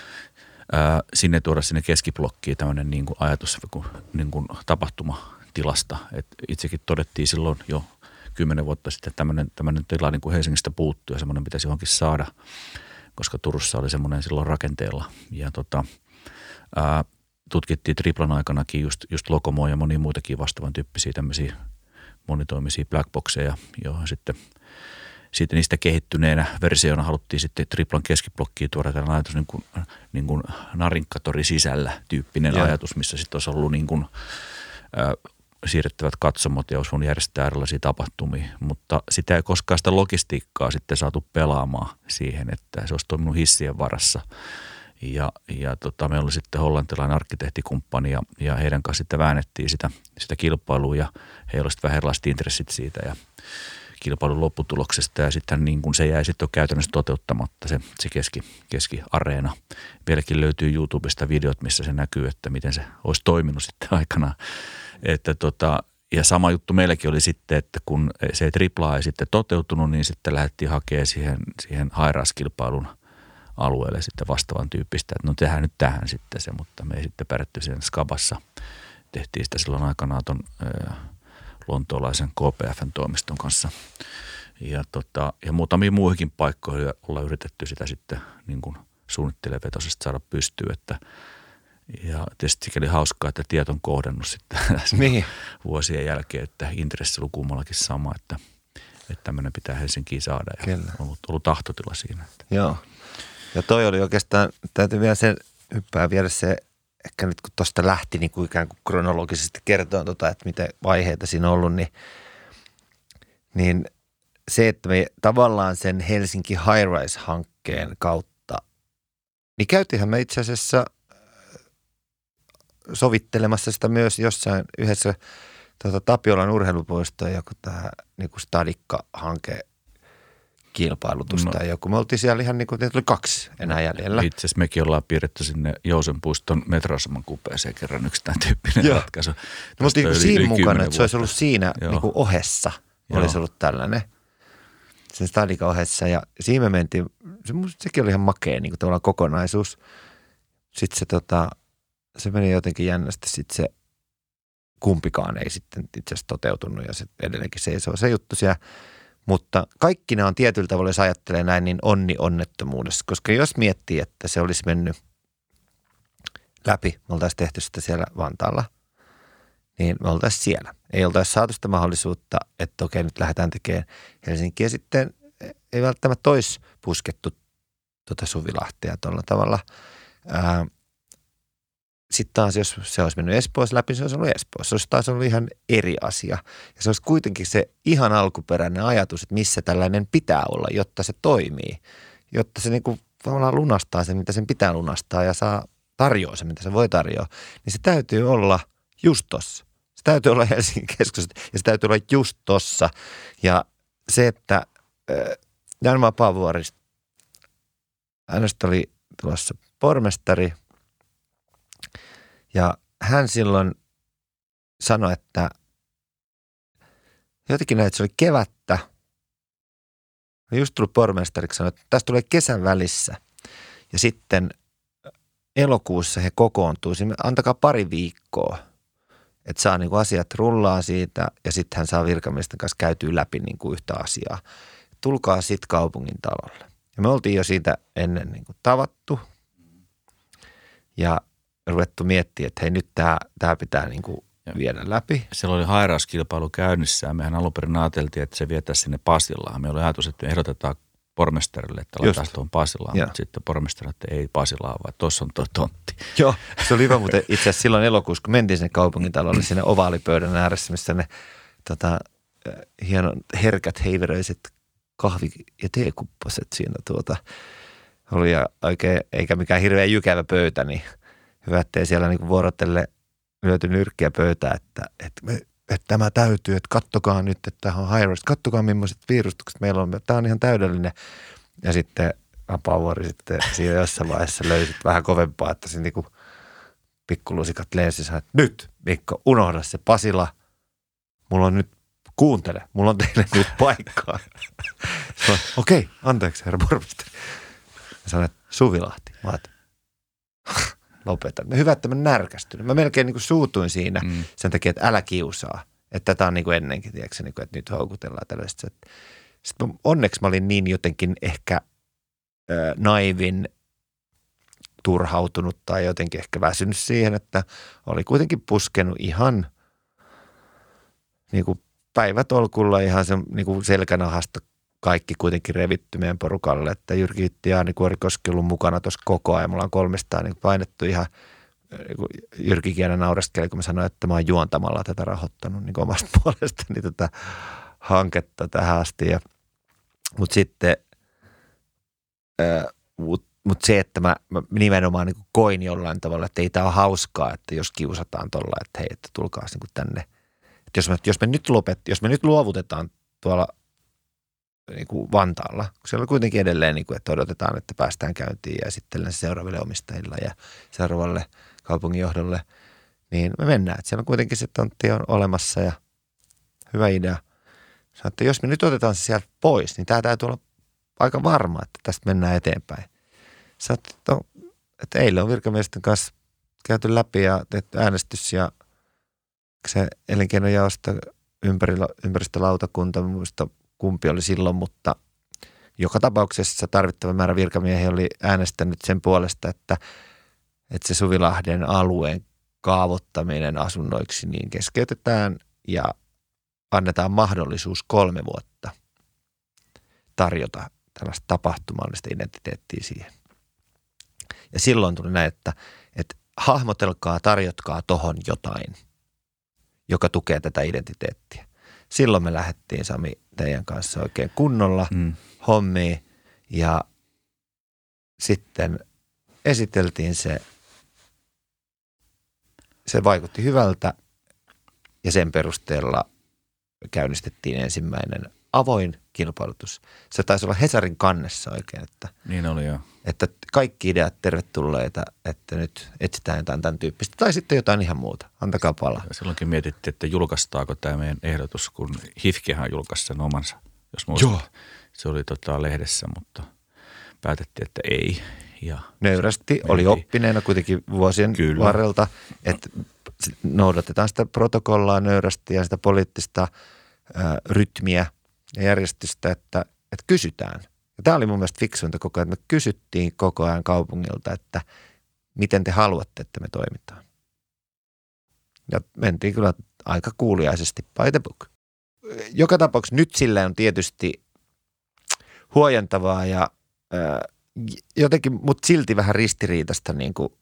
sinne tuoda sinne keskiblokkiin tämmöinen niin kuin ajatus niin kuin tapahtumatilasta. Et itsekin todettiin silloin jo 10 vuotta sitten, että tämmöinen tila niin kuin Helsingistä puuttuu ja semmoinen pitäisi johonkin saada, koska Turussa oli semmoinen silloin rakenteella. Ja tutkittiin triplan aikanakin just Lokomoa ja monia muitakin vastaavan tyyppisiä tämmöisiä monitoimisia blackboxeja, johon sitten niistä kehittyneenä versiona haluttiin sitten triplan keskiblokkiin tuoda tällainen ajatus niin kuin Narinkkatori sisällä tyyppinen ajatus, missä sitten olisi ollut niin kuin siirrettävät katsomot ja olisi voinut järjestää erilaisia tapahtumia, mutta sitä ei koskaan sitä logistiikkaa sitten saatu pelaamaan siihen, että se olisi toiminut hissien varassa. Ja me oli sitten hollantilainen arkkitehtikumppani ja heidän kanssa sitten väännettiin sitä kilpailua ja heillä oli sitten vähän erilaiset intressit siitä ja kilpailun lopputuloksesta ja sitten niin kuin se jäi sitten käytännössä toteuttamatta se keskiareena. Vieläkin löytyy YouTubesta videot, missä se näkyy, että miten se olisi toiminut sitten aikanaan. Että ja sama juttu meilläkin oli sitten, että kun se tripla ei sitten toteutunut, niin sitten lähdettiin hakemaan siihen high-rise-kilpailun alueelle sitten vastaavan tyyppistä, että no tehdään nyt tähän sitten se, mutta me ei sitten pärjätty siinä Skabassa. Tehtiin sitä silloin aikanaan ton lontoolaisen KPF:n toimiston kanssa. Ja muutamia muihinkin paikkoihin ollaan yritetty sitä sitten niin kuin suunnittelevetoisesti saada pystyyn, ja tietysti sikäli hauskaa, että tieto on kohdannut sitten vuosien jälkeen, että intressi oli kummallakin sama, että tämmöinen pitää Helsinkiin saada ja on ollut tahtotila siinä. Joo. Ja toi oli oikeastaan, täytyy vielä sen hyppää viedä se, ehkä nyt kun tuosta lähti niin kuin ikään kuin kronologisesti kertoa, että miten vaiheita siinä on ollut, niin se, että me tavallaan sen Helsinki High-Rise-hankkeen kautta, niin käytiinhän me itse asiassa sovittelemassa sitä myös jossain yhdessä Tapiolan urheilupuistoon joku tämä niin kuin Stadikka-hanke kilpailutusta tai joku. Me oltiin siellä ihan niin kuin, oli 2 enää jäljellä. Itse asiassa mekin ollaan piirretty sinne Jousenpuiston metroaseman kupeeseen kerran yksi tämän tyyppinen ratkaisu. No, me oltiin siinä mukana, että se olisi ollut siinä niin kuin ohessa. Olisi ollut tällainen. Sen Stadikan ohessa ja siinä me mentiin, sekin oli ihan makea niin kuin tavallaan kokonaisuus. Sitten se meni jotenkin jännästi, sitten se kumpikaan ei sitten itse asiassa toteutunut ja se edelleenkin seisoo se juttu siellä. Mutta kaikki ne on tietyllä tavalla, jos ajattelee näin, niin onnettomuudessa. Koska jos miettii, että se olisi mennyt läpi, me oltaisiin tehty sitä siellä Vantaalla, niin me oltaisiin siellä. Ei oltaisi saatu sitä mahdollisuutta, että okei, nyt lähdetään tekemään Helsinkiä. Sitten ei välttämättä olisi puskettu Suvilahtea tuolla tavalla. Sitten taas, jos se olisi mennyt Espoossa läpi, se olisi ollut Espoossa. Se olisi taas ollut ihan eri asia. Ja se olisi kuitenkin se ihan alkuperäinen ajatus, että missä tällainen pitää olla, jotta se toimii. Jotta se niin kuin tavallaan lunastaa sen, mitä sen pitää lunastaa ja saa tarjoaa se, mitä se voi tarjoaa. Niin se täytyy olla just tossa. Se täytyy olla Helsingin keskustassa ja se täytyy olla just tossa. Ja se, että Janmaa Paavuorista, hänestä oli tulossa pormestari. Ja hän silloin sanoi, että jotenkin näin, että se oli kevättä. Just tullut pormestariksi, sanoi, että tästä tulee kesän välissä. Ja sitten elokuussa he kokoontuu. Antakaa 2 viikkoa, että saa niin kuin asiat rullaa siitä ja sitten hän saa virkamiesten kanssa käytyä läpi niin kuin yhtä asiaa. Tulkaa sitten kaupungin talolle. Ja me oltiin jo siitä ennen niin kuin tavattu. Ja ruvettu miettimään, että hei nyt tämä pitää niin kuin viedä läpi. Siellä oli hairauskilpailu käynnissä ja mehän alun perin ajateltiin, että se vietäisiin sinne Pasilaan. Me oli ajatus, että me ehdotetaan pormestarille, että laitaisiin tuohon Pasilaan, mutta sitten pormestari, että ei Pasilaan, vaan tuossa on tuo tontti. Joo, se oli hyvä muuten itse asiassa silloin elokuussa, kun mentiin sinne kaupungintalolle siinä ovaalipöydän ääressä, missä ne hienon herkät heiveröiset kahvi- ja teekupposet siinä oli ja oikein, eikä mikään hirveän jykävä pöytä, niin hyvä, ettei siellä niin vuorotelle lyöty nyrkkiä pöytään, että tämä täytyy, että kattokaa nyt, että tämä on high risk, kattokaa millaiset viirustukset meillä on, tämä on ihan täydellinen. Ja sitten Apauori sitten siinä jossain vaiheessa löysit vähän kovempaa, että se niin kuin pikkulusikat lensi sanoi, että nyt Mikko, unohda se Pasila, mulla on nyt, kuuntele, mulla on teille nyt paikkaa. Okei, anteeksi herra pormestari. Mä sanoin, että Suvilahti. Mä ajattelin, lopetan. No hyvä, että mä närkästyn. Mä melkein niin kuin suutuin siinä sen takia, että älä kiusaa. Että tätä on niin kuin ennenkin, tiedätkö, niin kuin, että nyt houkutellaan tällaista. Sitten onneksi mä olin niin jotenkin ehkä naivin, turhautunut tai jotenkin ehkä väsynyt siihen, että oli kuitenkin puskenut ihan niin kuin päivätolkulla ihan se niin kuin selkänahasta kaikki kuitenkin revitty meidän porukalle, että Jyrki Itti ja Jaani Kuorikoski on ollut mukana tuossa koko ajan. Mulla on 300 niin painettu ihan, niin Jyrki Kienä naureskeli, kun mä sanoin, että mä oon juontamalla tätä rahoittanut niin omasta puolestani tätä hanketta tähän asti. Mutta sitten, mutta se, että mä nimenomaan niin koin jollain tavalla, että ei tämä ole hauskaa, että jos kiusataan tuolla, että hei, että tulkaas niin tänne. Että jos me nyt luovutetaan tuolla niin kuin Vantaalla, kun siellä on kuitenkin edelleen, niin kuin, että odotetaan, että päästään käyntiin ja esittelen seuraaville omistajille ja seuraavalle kaupunginjohdolle, niin me mennään. Että siellä on kuitenkin se tontti on olemassa ja hyvä idea. Sanoin, että jos me nyt otetaan se sieltä pois, niin tämä täytyy olla aika varma, että tästä mennään eteenpäin. Sanoin, että eilen on virkamiesten kanssa käyty läpi ja tehty äänestys ja se elinkeinojaosta ympäristölautakunta, muista kumpi oli silloin, mutta joka tapauksessa tarvittava määrä virkamiehiä oli äänestänyt sen puolesta, että se Suvilahden alueen kaavoittaminen asunnoiksi niin keskeytetään ja annetaan mahdollisuus 3 vuotta tarjota tällaista tapahtumallista identiteettiä siihen. Ja silloin tuli näin, että hahmotelkaa, tarjotkaa tohon jotain, joka tukee tätä identiteettiä. Silloin me lähdettiin, Sami, teidän kanssa oikein kunnolla hommiin ja sitten esiteltiin se. Se vaikutti hyvältä ja sen perusteella käynnistettiin ensimmäinen avoin kilpailutus. Se taisi olla Hesarin kannessa oikein, että, niin oli jo. Että kaikki ideat tervetulleita, että nyt etsitään jotain tämän tyyppistä tai sitten jotain ihan muuta. Antakaa palaa. Silloinkin mietittiin, että julkaistaako tämä meidän ehdotus, kun HIFKihan julkaisi sen omansa, jos muistat. Joo. Se oli lehdessä, mutta päätettiin, että ei. Ja nöyrästi oli oppineena kuitenkin vuosien varrelta, että noudatetaan sitä protokollaa nöyrästi ja sitä poliittista rytmiä ja järjestystä, että kysytään. Ja tämä oli mun mielestä fiksuinta koko ajan, että me kysyttiin koko ajan kaupungilta, että miten te haluatte, että me toimitaan. Ja mentiin kyllä aika kuuliaisesti by the book. Joka tapauksessa nyt sillä on tietysti huojentavaa ja jotenkin, mutta silti vähän ristiriitaista niin kuin,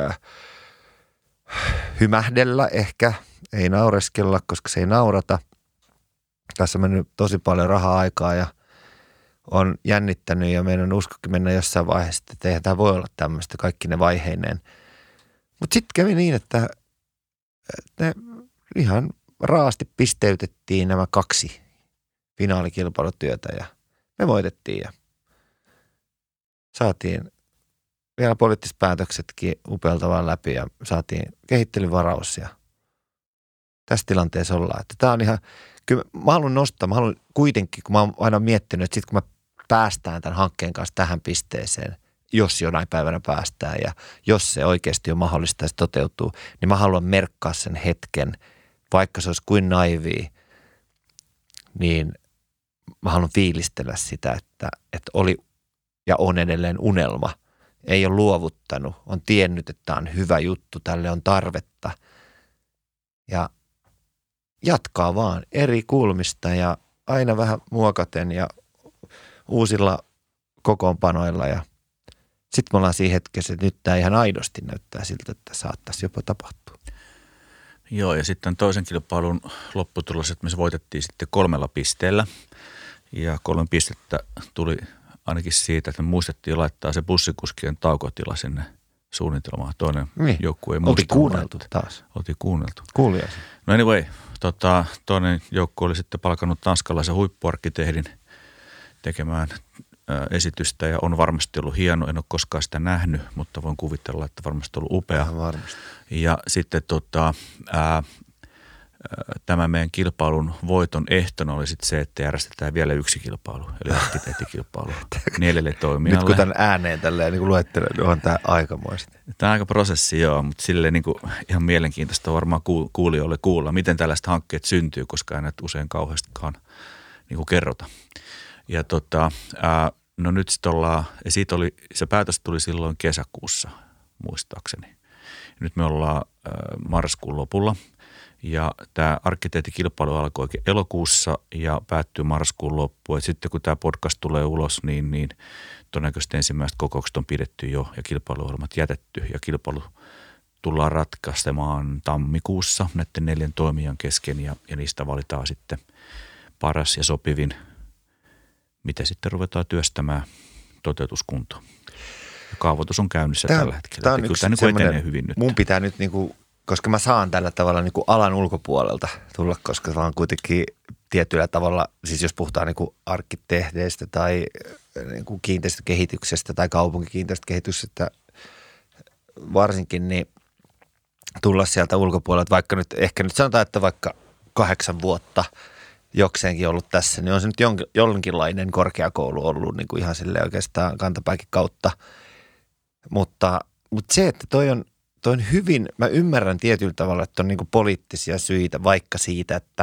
hymähdellä ehkä, ei naureskella, koska se ei naurata. Tässä on mennyt tosi paljon rahaa aikaa ja on jännittänyt ja meidän uskokin mennä jossain vaiheessa, että eihän tämä voi olla tämmöistä kaikki ne vaiheineen. Mutta sitten kävi niin, että ne ihan raasti pisteytettiin nämä 2 finaalikilpailutyötä ja me voitettiin ja saatiin vielä poliittiset päätöksetkin upeltavaan läpi ja saatiin kehittelyvaraus ja tässä tilanteessa ollaan. Että tämä on ihan, kyllä mä haluan kuitenkin, kun mä oon aina miettinyt, että sitten kun me päästään tämän hankkeen kanssa tähän pisteeseen, jos jonain päivänä päästään ja jos se oikeasti on mahdollista ja se toteutuu, niin mä haluan merkkaa sen hetken, vaikka se olisi kuin naivia, niin mä haluan fiilistellä sitä, että oli ja on edelleen unelma ei ole luovuttanut, on tiennyt, että tämä on hyvä juttu, tälle on tarvetta ja jatkaa vaan eri kulmista ja aina vähän muokaten ja uusilla kokoonpanoilla ja sitten me ollaan siinä hetkessä, että nyt tämä ihan aidosti näyttää siltä, että saattaisi jopa tapahtua. Joo, ja sitten toisen kilpailun lopputulos, että me voitettiin sitten 3 pisteellä. Ja 3 pistettä tuli ainakin siitä, että me muistettiin laittaa se bussikuskien taukotila sinne suunnitelmaan. Toinen joukkue ei muistanut. Oltiin kuunneltu taas. Oltiin kuunneltu. Kuulijaisi. No anyway, toinen joukkue oli sitten palkannut tanskalaisen huippuarkkitehdin tekemään esitystä ja on varmasti ollut hieno. En ole koskaan sitä nähnyt, mutta voin kuvitella, että varmasti on ollut upea. Varmasti. Ja sitten tämä meidän kilpailun voiton ehtona oli sitten se, että järjestetään vielä yksi kilpailu, eli arkkitehtikilpailu 4 toimijalle. Nyt kun tämän ääneen tälleen niin luettelen, niin on tämä aikamoista. Tämä on aika prosessi, joo, mutta silleen niin kuin ihan mielenkiintoista varmaan kuulijoille kuulla, miten tällaiset hankkeet syntyy, koska ei näitä usein kauheastikaan niin kuin kerrota. Ja no nyt sitten se päätös tuli silloin kesäkuussa, muistaakseni. Nyt me ollaan marraskuun lopulla. Ja tämä arkkitehtikilpailu alkoi elokuussa ja päättyy marraskuun loppuun. Et sitten kun tämä podcast tulee ulos, niin todennäköisesti ensimmäiset kokoukset on pidetty jo ja kilpailuohjelmat jätetty. Ja kilpailu tullaan ratkaisemaan tammikuussa näiden 4 toimijan kesken ja niistä valitaan sitten paras ja sopivin, mitä sitten ruvetaan työstämään toteutuskuntoon. Kaavoitus on käynnissä tällä hetkellä. Tämä on yksi semmoinen, hyvin nyt. Mun pitää nyt koska mä saan tällä tavalla niin kuin alan ulkopuolelta tulla, koska mä oon kuitenkin tietyllä tavalla, siis jos puhutaan niin kuin arkkitehdeistä tai niin kuin kiinteistökehityksestä tai kaupunkikiinteistökehityksestä varsinkin, niin tulla sieltä ulkopuolelta, vaikka nyt ehkä nyt sanotaan, että vaikka 8 vuotta jokseenkin ollut tässä, niin on se nyt jonkinlainen korkeakoulu ollut niin kuin ihan silleen oikeastaan kantapääkin kautta, mutta se, että toi on hyvin, mä ymmärrän tietyllä tavalla, että on niin kuin poliittisia syitä, vaikka siitä, että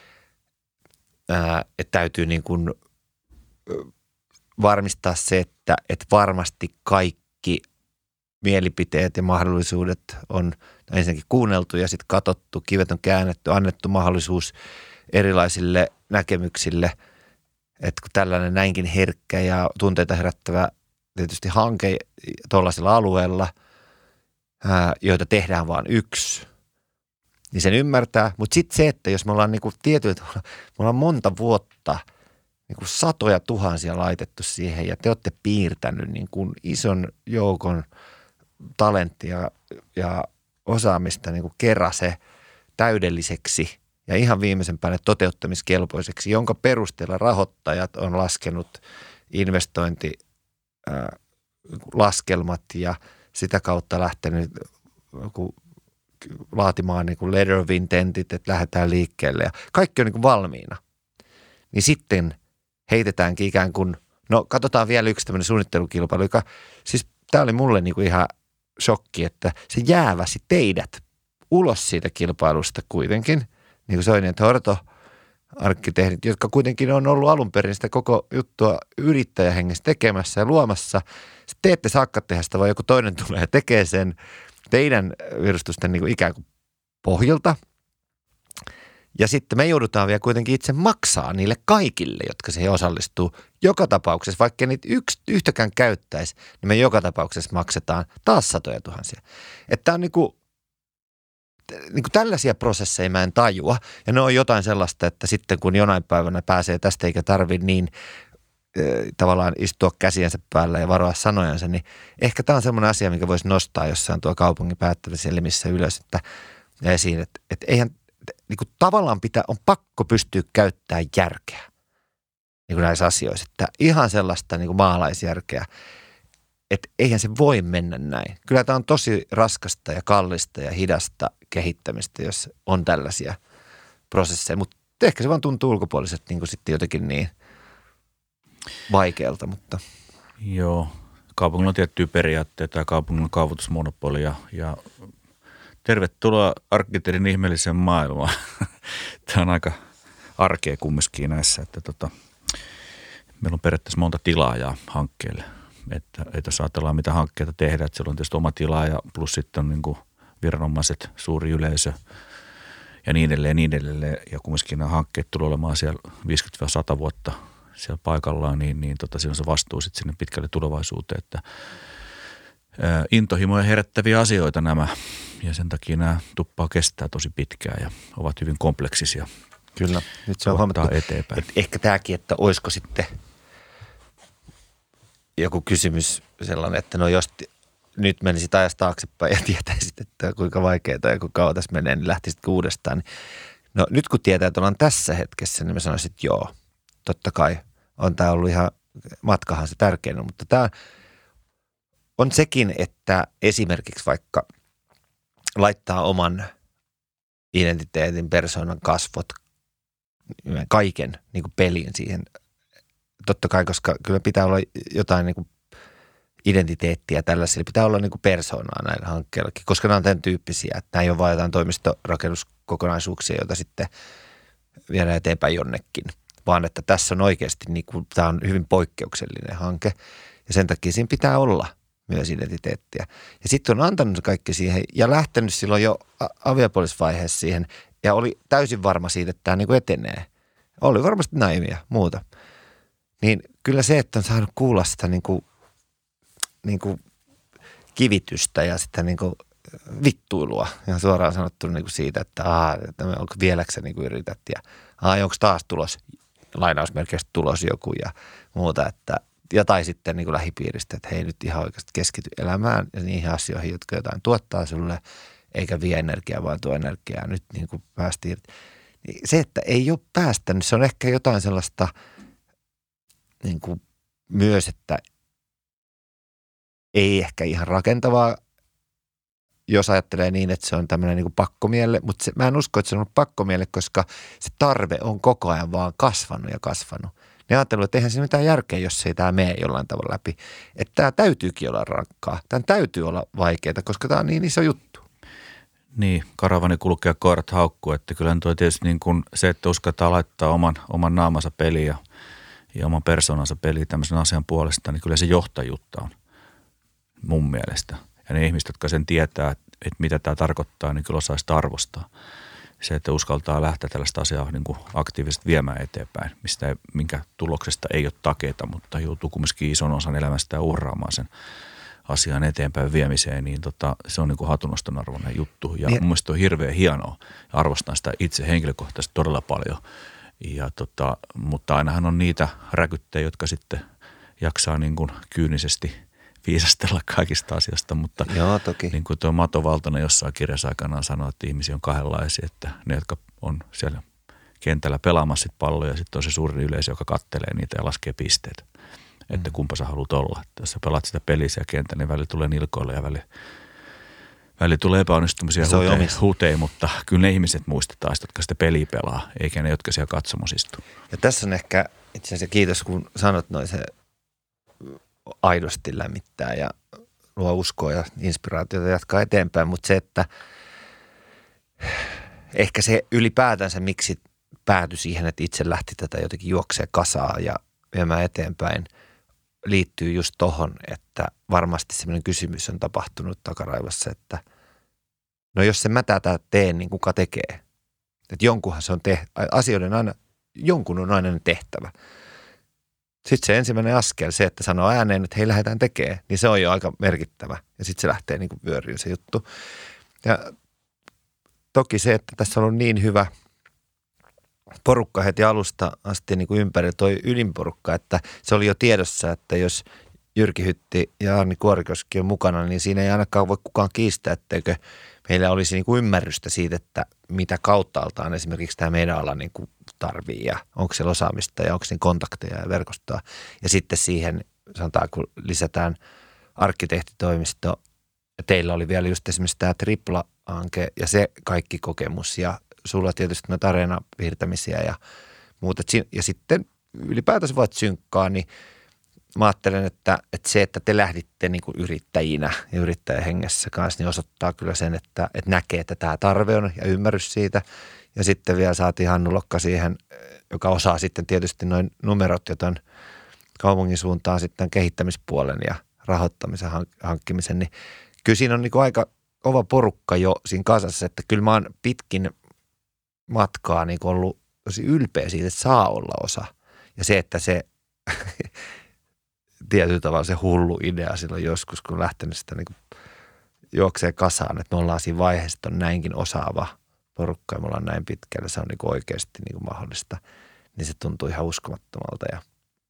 täytyy niin kuin varmistaa se, että varmasti kaikki mielipiteet ja mahdollisuudet on ensinnäkin kuunneltu ja sitten katsottu, kivet on käännetty, annettu mahdollisuus erilaisille näkemyksille, että kun tällainen näinkin herkkä ja tunteita herättävä tietysti hanke tuollaisella alueella, joita tehdään vain yksi, niin sen ymmärtää. Mutta sitten se, että jos me ollaan niinku tietyllä tavalla, me ollaan monta vuotta niinku satoja tuhansia laitettu siihen ja te olette piirtänyt niinku ison joukon talenttia ja osaamista niinku kerran se täydelliseksi ja ihan viimeisen päälle toteuttamiskelpoiseksi, jonka perusteella rahoittajat on laskenut investointilaskelmat ja sitä kautta lähtenyt laatimaan niin kuin letter of intentit, että lähdetään liikkeelle ja kaikki on niin kuin valmiina. Niin sitten heitetäänkin ikään kuin, no katsotaan vielä yksi tämmöinen suunnittelukilpailu, joka siis tämä oli mulle niin kuin ihan shokki, että se jääväsi teidät ulos siitä kilpailusta kuitenkin, niin kuin Soini ja Horto arkkitehdit, jotka kuitenkin on ollut alun perin sitä koko juttua yrittäjähengessä tekemässä ja luomassa. Sitten te ette saakka tehdä sitä, vaan joku toinen tulee ja tekee sen teidän virustusten niin kuin ikään kuin pohjalta. Ja sitten me joudutaan vielä kuitenkin itse maksaa niille kaikille, jotka siihen osallistuu. Joka tapauksessa, vaikka niitä yhtäkään käyttäisi, niin me joka tapauksessa maksetaan taas satoja tuhansia. Että on niin kuin tällaisia prosesseja mä en tajua. Ja ne on jotain sellaista, että sitten kun jonain päivänä pääsee tästä eikä tarvitse niin tavallaan istua käsiensä päällä ja varoa sanojansa, niin ehkä tämä on semmoinen asia, mikä voisi nostaa jossain tuo kaupungin päättävissä elimissä ylös ja esiin, että eihän niin kuin tavallaan on pakko pystyä käyttämään järkeä niin kuin näissä asioissa. Että ihan sellaista niin kuin maalaisjärkeä, että eihän se voi mennä näin. Kyllä tämä on tosi raskasta ja kallista ja hidasta kehittämistä, jos on tällaisia prosesseja, mutta ehkä se vaan tuntuu ulkopuoliset niin kuin sitten jotenkin niin vaikealta, mutta. Joo, kaupungilla on tiettyjä periaatteita ja kaupungilla on kaavoitusmonopoli ja tervetuloa arkkitehdin ihmeelliseen maailmaan. Tämä on aika arkea kumminkin näissä, että meillä on periaatteessa monta tilaajaa hankkeelle. että jos ajatellaan mitä hankkeita tehdään, että siellä on tietysti oma tila ja plus sitten on niin kuin viranomaiset, suuri yleisö ja niin edelleen. Ja kumminkin nämä hankkeet tulee olemaan siellä 50-100 vuotta siellä paikallaan, niin siinä on se vastuu sitten sinne pitkälle tulevaisuuteen, että intohimoja herättäviä asioita nämä ja sen takia nämä tuppaa kestää tosi pitkään ja ovat hyvin kompleksisia. Kyllä, nyt se on huomattu, eteenpäin. Että ehkä tämäkin, että olisiko sitten joku kysymys sellainen, että no jos nyt menisit ajasta taaksepäin ja tietäisit, että kuinka vaikeaa ja kuinka kauan tässä menee, niin lähtisit uudestaan. Niin, no nyt kun tietää, että ollaan tässä hetkessä, niin mä sanoisin, että joo, totta kai on tämä ollut ihan, matkahan se tärkein, mutta tämä on sekin, että esimerkiksi vaikka laittaa oman identiteetin, persoonan, kasvot, kaiken niin kuin peliin siihen. Totta kai, koska kyllä pitää olla jotain niin kuin identiteettiä tällaisilla. Pitää olla niin kuin persoonaa näillä hankkeillakin, koska nämä on tämän tyyppisiä, että nämä ei ole vain jotain toimistorakennuskokonaisuuksia, joita sitten viedään eteenpäin jonnekin, vaan että tässä on oikeasti, niin kuin, tämä on hyvin poikkeuksellinen hanke ja sen takia siinä pitää olla myös identiteettiä. Ja sitten on antanut se kaikki siihen ja lähtenyt silloin jo aviopuolisvaiheessa siihen ja oli täysin varma siitä, että tämä niin kuin etenee. Oli varmasti naivia muuta. Niin kyllä se, että on saanut kuulla sitä niin kuin kivitystä ja sitä niin kuin vittuilua ja suoraan sanottu niin kuin siitä, että onko vieläksä niin kuin yrität ja onko taas tulos, lainausmerkeistä tulos joku ja muuta, että ja tai sitten niin kuin lähipiiristä, että hei nyt ihan oikeasti keskity elämään ja niihin asioihin, jotka jotain tuottaa sulle, eikä vie energiaa, vaan tuo energiaa. Nyt niin kuin päästiin. Se, että ei ole päästänyt, se on ehkä jotain sellaista niin kuin myös, että ei ehkä ihan rakentavaa, jos ajattelee niin, että se on tämmöinen niin kuin pakkomielle, mutta mä en usko, että se on ollut pakkomielle, koska se tarve on koko ajan vaan kasvanut ja kasvanut. Ne ajattelee, että eihän siinä mitään järkeä, jos ei tämä mene jollain tavalla läpi. Että tämä täytyykin olla rankkaa. Tämän täytyy olla vaikeaa, koska tämä on niin iso juttu. Niin, karavani kulkee koirat haukkuu, että kyllä tuo tietysti niin kuin se, että uskaltaa laittaa oman naamansa peliin ja oman persoonansa peliin tämmöisen asian puolesta, niin kyllä se johtajuutta on mun mielestä. Ja ne ihmiset, jotka sen tietää, että mitä tämä tarkoittaa, niin kyllä osaa sitä arvostaa. Se, että uskaltaa lähteä tällaista asiaa niin kuin aktiivisesti viemään eteenpäin, minkä tuloksesta ei ole takeita, mutta joutuu kumminkin ison osan elämästä uhraamaan sen asian eteenpäin viemiseen, niin se on niin kuin hatunnoston arvoinen juttu. Ja mun mielestä on hirveän hienoa ja arvostan sitä itse henkilökohtaisesti todella paljon. Ja mutta ainahan on niitä räkyttejä, jotka sitten jaksaa niin kuin kyynisesti viisastella kaikista asiasta, mutta joo, toki. Niin kuin tuo Mato Valtonen jossain kirjassa aikanaan sanoi, että ihmisiä on kahdenlaisia, että ne, jotka on siellä kentällä pelaamassa palloja, ja sitten on se suuri yleisö, joka kattelee niitä ja laskee pisteet, että kumpa sä haluat olla. Että jos sä pelaat sitä peliä siellä kentällä, niin väli tulee nilkoille ja väli tulee epäonnistumisia huteja, mutta kyllä ne ihmiset muistetaan, jotka sitä peliä pelaa, eikä ne, jotka siellä katsomassa istuu. Ja tässä on ehkä itse asiassa kiitos, kun sanot noin se aidosti lämmittää ja luo uskoa ja inspiraatiota jatkaa eteenpäin, mutta se, että ehkä se ylipäätänsä, miksi päätyi siihen, että itse lähti tätä jotenkin juoksee kasaa ja viemään eteenpäin, liittyy just tohon, että varmasti sellainen kysymys on tapahtunut takaraivossa, että no jos se mä tätä teen, niin kuka tekee? Että jonkunhan se on jonkun on aina tehtävä. Sitten se ensimmäinen askel, se, että sanoo ääneen, että hei, lähdetään tekemään, niin se on jo aika merkittävä. Ja sitten se lähtee niin kuin vyöryyn se juttu. Ja toki se, että tässä on ollut niin hyvä porukka heti alusta asti niin kuin ympäri, toi ydinporukka, että se oli jo tiedossa, että jos Jyrki Hytti ja Arni Kuorikoski on mukana, niin siinä ei ainakaan voi kukaan kiistää, etteikö meillä olisi niin kuin ymmärrystä siitä, että mitä kauttaaltaan esimerkiksi tämä meidän ala niin kuin tarvii ja onko siellä osaamista ja onko siinä kontakteja ja verkostoa. Ja sitten siihen sanotaan, kun lisätään arkkitehtitoimisto ja teillä oli vielä just esimerkiksi tämä Tripla-hanke ja se kaikki kokemus ja sulla tietysti noita areenapiirtämisiä ja muuta. Ja sitten ylipäätänsä voit synkkaa, niin mä ajattelen, että se, että te lähditte niin kuin yrittäjinä ja yrittäjähengessä kanssa, niin osoittaa kyllä sen, että näkee, että tämä tarve on ja ymmärrys siitä. Ja sitten vielä saatiin Hannu Lokka siihen, joka osaa sitten tietysti noin numerot, joten kaupungin suuntaan sitten kehittämispuolen ja rahoittamisen hankkimisen, niin kyllä siinä on niin kuin aika kova porukka jo siinä kasassa, että kyllä mä oon pitkin matkaa niin kuin ollut tosi ylpeä siitä, että saa olla osa. Ja se, että se tietyllä tavalla se hullu idea silloin joskus, kun lähtenyt sitä niin kuin juoksee kasaan, että me ollaan siinä vaiheessa, että on näinkin osaava porukka ja me ollaan näin pitkällä, se on niin kuin oikeasti niin kuin mahdollista, niin se tuntuu ihan uskomattomalta ja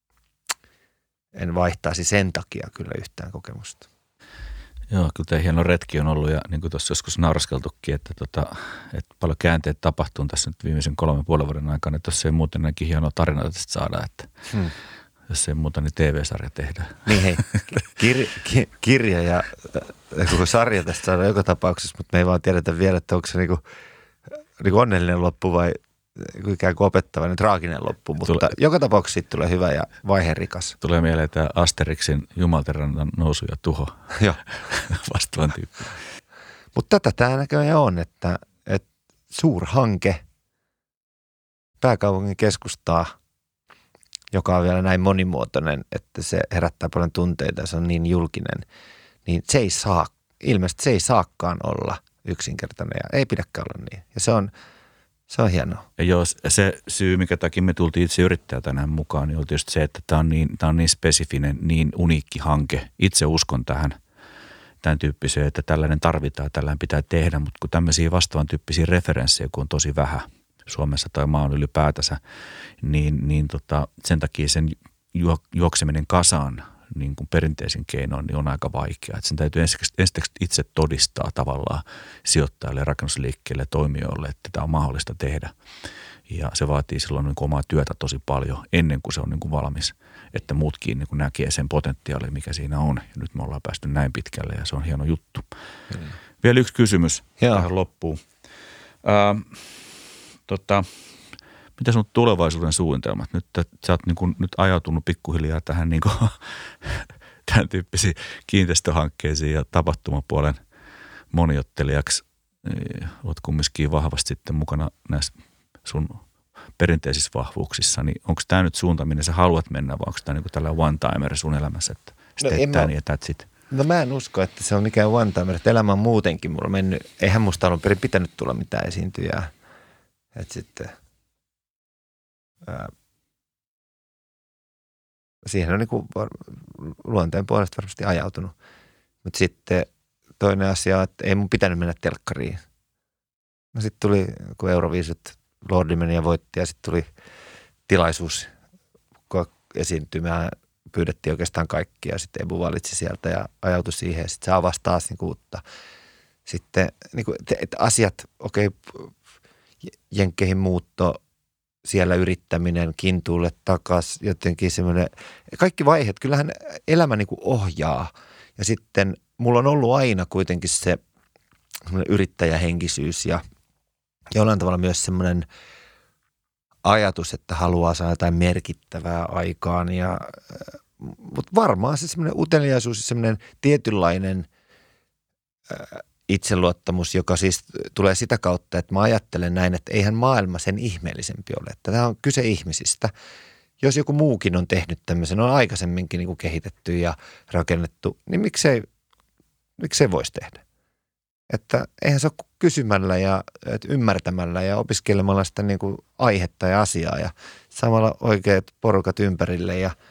en vaihtaisi sen takia kyllä yhtään kokemusta. Joo, kyllä tämä hieno retki on ollut ja niin kuin tuossa joskus nauraskeltukin, että paljon käänteet tapahtuu tässä nyt viimeisen 3,5 vuoden aikana, että jos ei muuten näinkin hienoa tarinaa tästä saada, että jos ei muuta, niin TV-sarja tehdään. Niin hei, kirja ja koko sarja tästä saadaan joka tapauksessa, mutta me ei vaan tiedetä vielä, että onko se niinku onnellinen loppu vai ikään kuin opettavainen, traaginen loppu, mutta joka tapauksessa siitä tulee hyvä ja vaiherikas. Tulee mieleen tämä Asterixin Jumalterannan nousu ja tuho. Joo. Vastaavan tyyppi. Mutta tätä tämä näköjään on, että suurhanke pääkaupungin keskustaa, joka on vielä näin monimuotoinen, että se herättää paljon tunteita ja se on niin julkinen, niin ilmeisesti se ei saakaan olla yksinkertainen ja ei pidäkään olla niin. Ja se on hienoa. Ja joo, se syy, mikä takia me tultiin itse yrittäjä tänään mukaan, niin on tietysti se, että tämä on niin spesifinen, niin uniikki hanke. Itse uskon tähän tämän tyyppiseen, että tällainen tarvitaan, tällainen pitää tehdä, mutta kun tämmöisiä vastaavan tyyppisiä referenssejä, kun on tosi vähän Suomessa tai maan ylipäätänsä, niin sen takia sen juokseminen kasaan niin kuin perinteisin keinoin niin on aika vaikeaa. Että sen täytyy ensiksi itse todistaa tavallaan sijoittajille, rakennusliikkeelle, toimijoille, että tämä on mahdollista tehdä. Ja se vaatii silloin niin kuin omaa työtä tosi paljon ennen kuin se on niin kuin valmis, että muutkin niin kuin näkee sen potentiaalin, mikä siinä on. Ja nyt me ollaan päästy näin pitkälle ja se on hieno juttu. Vielä yksi kysymys tähän loppuun. Mitä sun tulevaisuuden suunnitelmat? Nyt sä oot niin kuin, nyt ajautunut pikkuhiljaa tähän niin kuin, tämän tyyppisiin kiinteistöhankkeisiin ja tapahtumapuolen moniottelijaksi. Oot kumminkin vahvasti sitten mukana näissä sun perinteisissä vahvuuksissa. Niin onko tämä nyt suunta, minne sä haluat mennä vai onko tämä niin kuin tällainen one-timer sun elämässä, että teet tämän ja that's it? No mä en usko, että se on mikään one-timer, että elämä on muutenkin mulla mennyt. Eihän musta alun perin pitänyt tulla mitään esiintyjää. Että sitten siihen on niin kuin luonteen puolesta varmasti ajautunut. Mutta sitten toinen asia on, että ei mun pitänyt mennä telkkariin. No sitten tuli, kun Euroviisut Lordi meni ja voitti ja sitten tuli tilaisuus esiintymään. Pyydettiin oikeastaan kaikkia ja sitten Ebu valitsi sieltä ja ajautui siihen ja sitten se avasi taas niin kuin uutta. Sitten niin kuin, että asiat, jenkkeihin muutto, siellä yrittäminen, kintuulle takas, jotenkin semmoinen, kaikki vaiheet, kyllähän elämä niin kuin ohjaa. Ja sitten mulla on ollut aina kuitenkin se yrittäjähenkisyys ja jollain tavalla myös semmoinen ajatus, että haluaa saada jotain merkittävää aikaan. Mutta varmaan se semmoinen uteliaisuus ja semmoinen tietynlainen itseluottamus, joka siis tulee sitä kautta, että mä ajattelen näin, että eihän maailma sen ihmeellisempi ole. Että tämä on kyse ihmisistä. Jos joku muukin on tehnyt tämmöisen, on aikaisemminkin niin kuin kehitetty ja rakennettu, niin miksei voisi tehdä? Että eihän se ole kysymällä ja ymmärtämällä ja opiskelemalla sitä niin kuin aihetta ja asiaa ja samalla oikeat porukat ympärille ja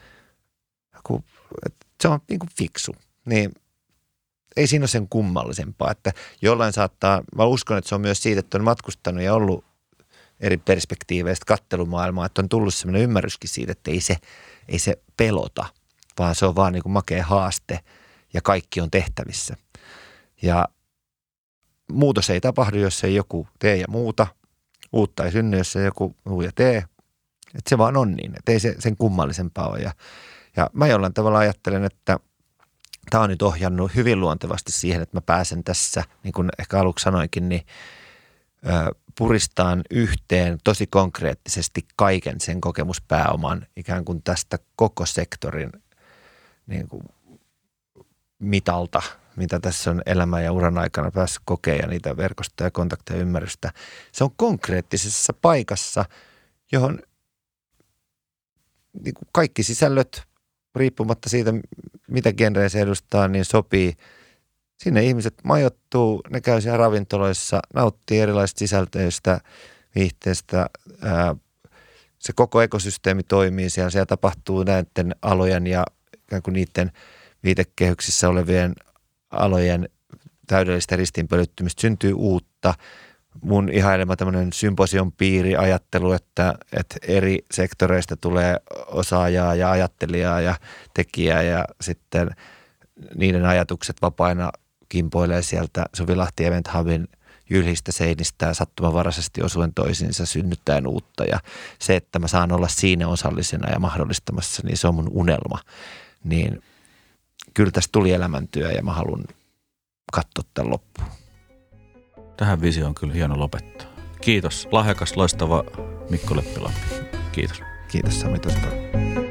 se on niin kuin fiksu. Niin ei siinä ole sen kummallisempaa, että jollain saattaa, mä uskon, että se on myös siitä, että on matkustanut ja ollut eri perspektiiveistä kattelumaailmaa, että on tullut sellainen ymmärryskin siitä, että ei se pelota, vaan se on vaan niin kuin makea haaste ja kaikki on tehtävissä. Ja muutos ei tapahdu, jos ei joku tee ja muuta. Uutta ei synny, jos ei joku muu ja tee. Että se vaan on niin, että ei se sen kummallisempaa ole. Ja mä jollain tavalla ajattelen, että tämä on nyt ohjannut hyvin luontevasti siihen, että mä pääsen tässä, niin kuin ehkä aluksi sanoinkin, niin puristaan yhteen tosi konkreettisesti kaiken sen kokemuspääoman ikään kuin tästä koko sektorin niin kuin mitalta, mitä tässä on elämän ja uran aikana päässyt kokemaan ja niitä verkostoja ja kontakteja ja ymmärrystä. Se on konkreettisessa paikassa, johon niin kuin kaikki sisällöt riippumatta siitä, mitä genreä se edustaa, niin sopii. Sinne ihmiset majoittuu, ne käy siellä ravintoloissa, nauttii erilaisista sisältöistä, viihteestä. Se koko ekosysteemi toimii siellä. Siellä tapahtuu näiden alojen ja ikään kuin niiden viitekehyksissä olevien alojen täydellistä ristiinpölyttymistä. Syntyy uutta. Mun ihailema tämmöinen symposion piiriajattelu, että eri sektoreista tulee osaajaa ja ajattelijaa ja tekijää ja sitten niiden ajatukset vapaina kimpoilee sieltä Suvi Lahti Event Hubin jylhistä seinistä sattumanvaraisesti osuen toisiinsa synnyttäen uutta. Ja se, että mä saan olla siinä osallisena ja mahdollistamassa, niin se on mun unelma. Niin kyllä tästä tuli elämäntyö ja mä haluan katsoa tämän loppuun. Tähän visioon on kyllä hieno lopettaa. Kiitos. Lahjakas, loistava Mikko Leppilampi. Kiitos. Kiitos Sami tosi paljon.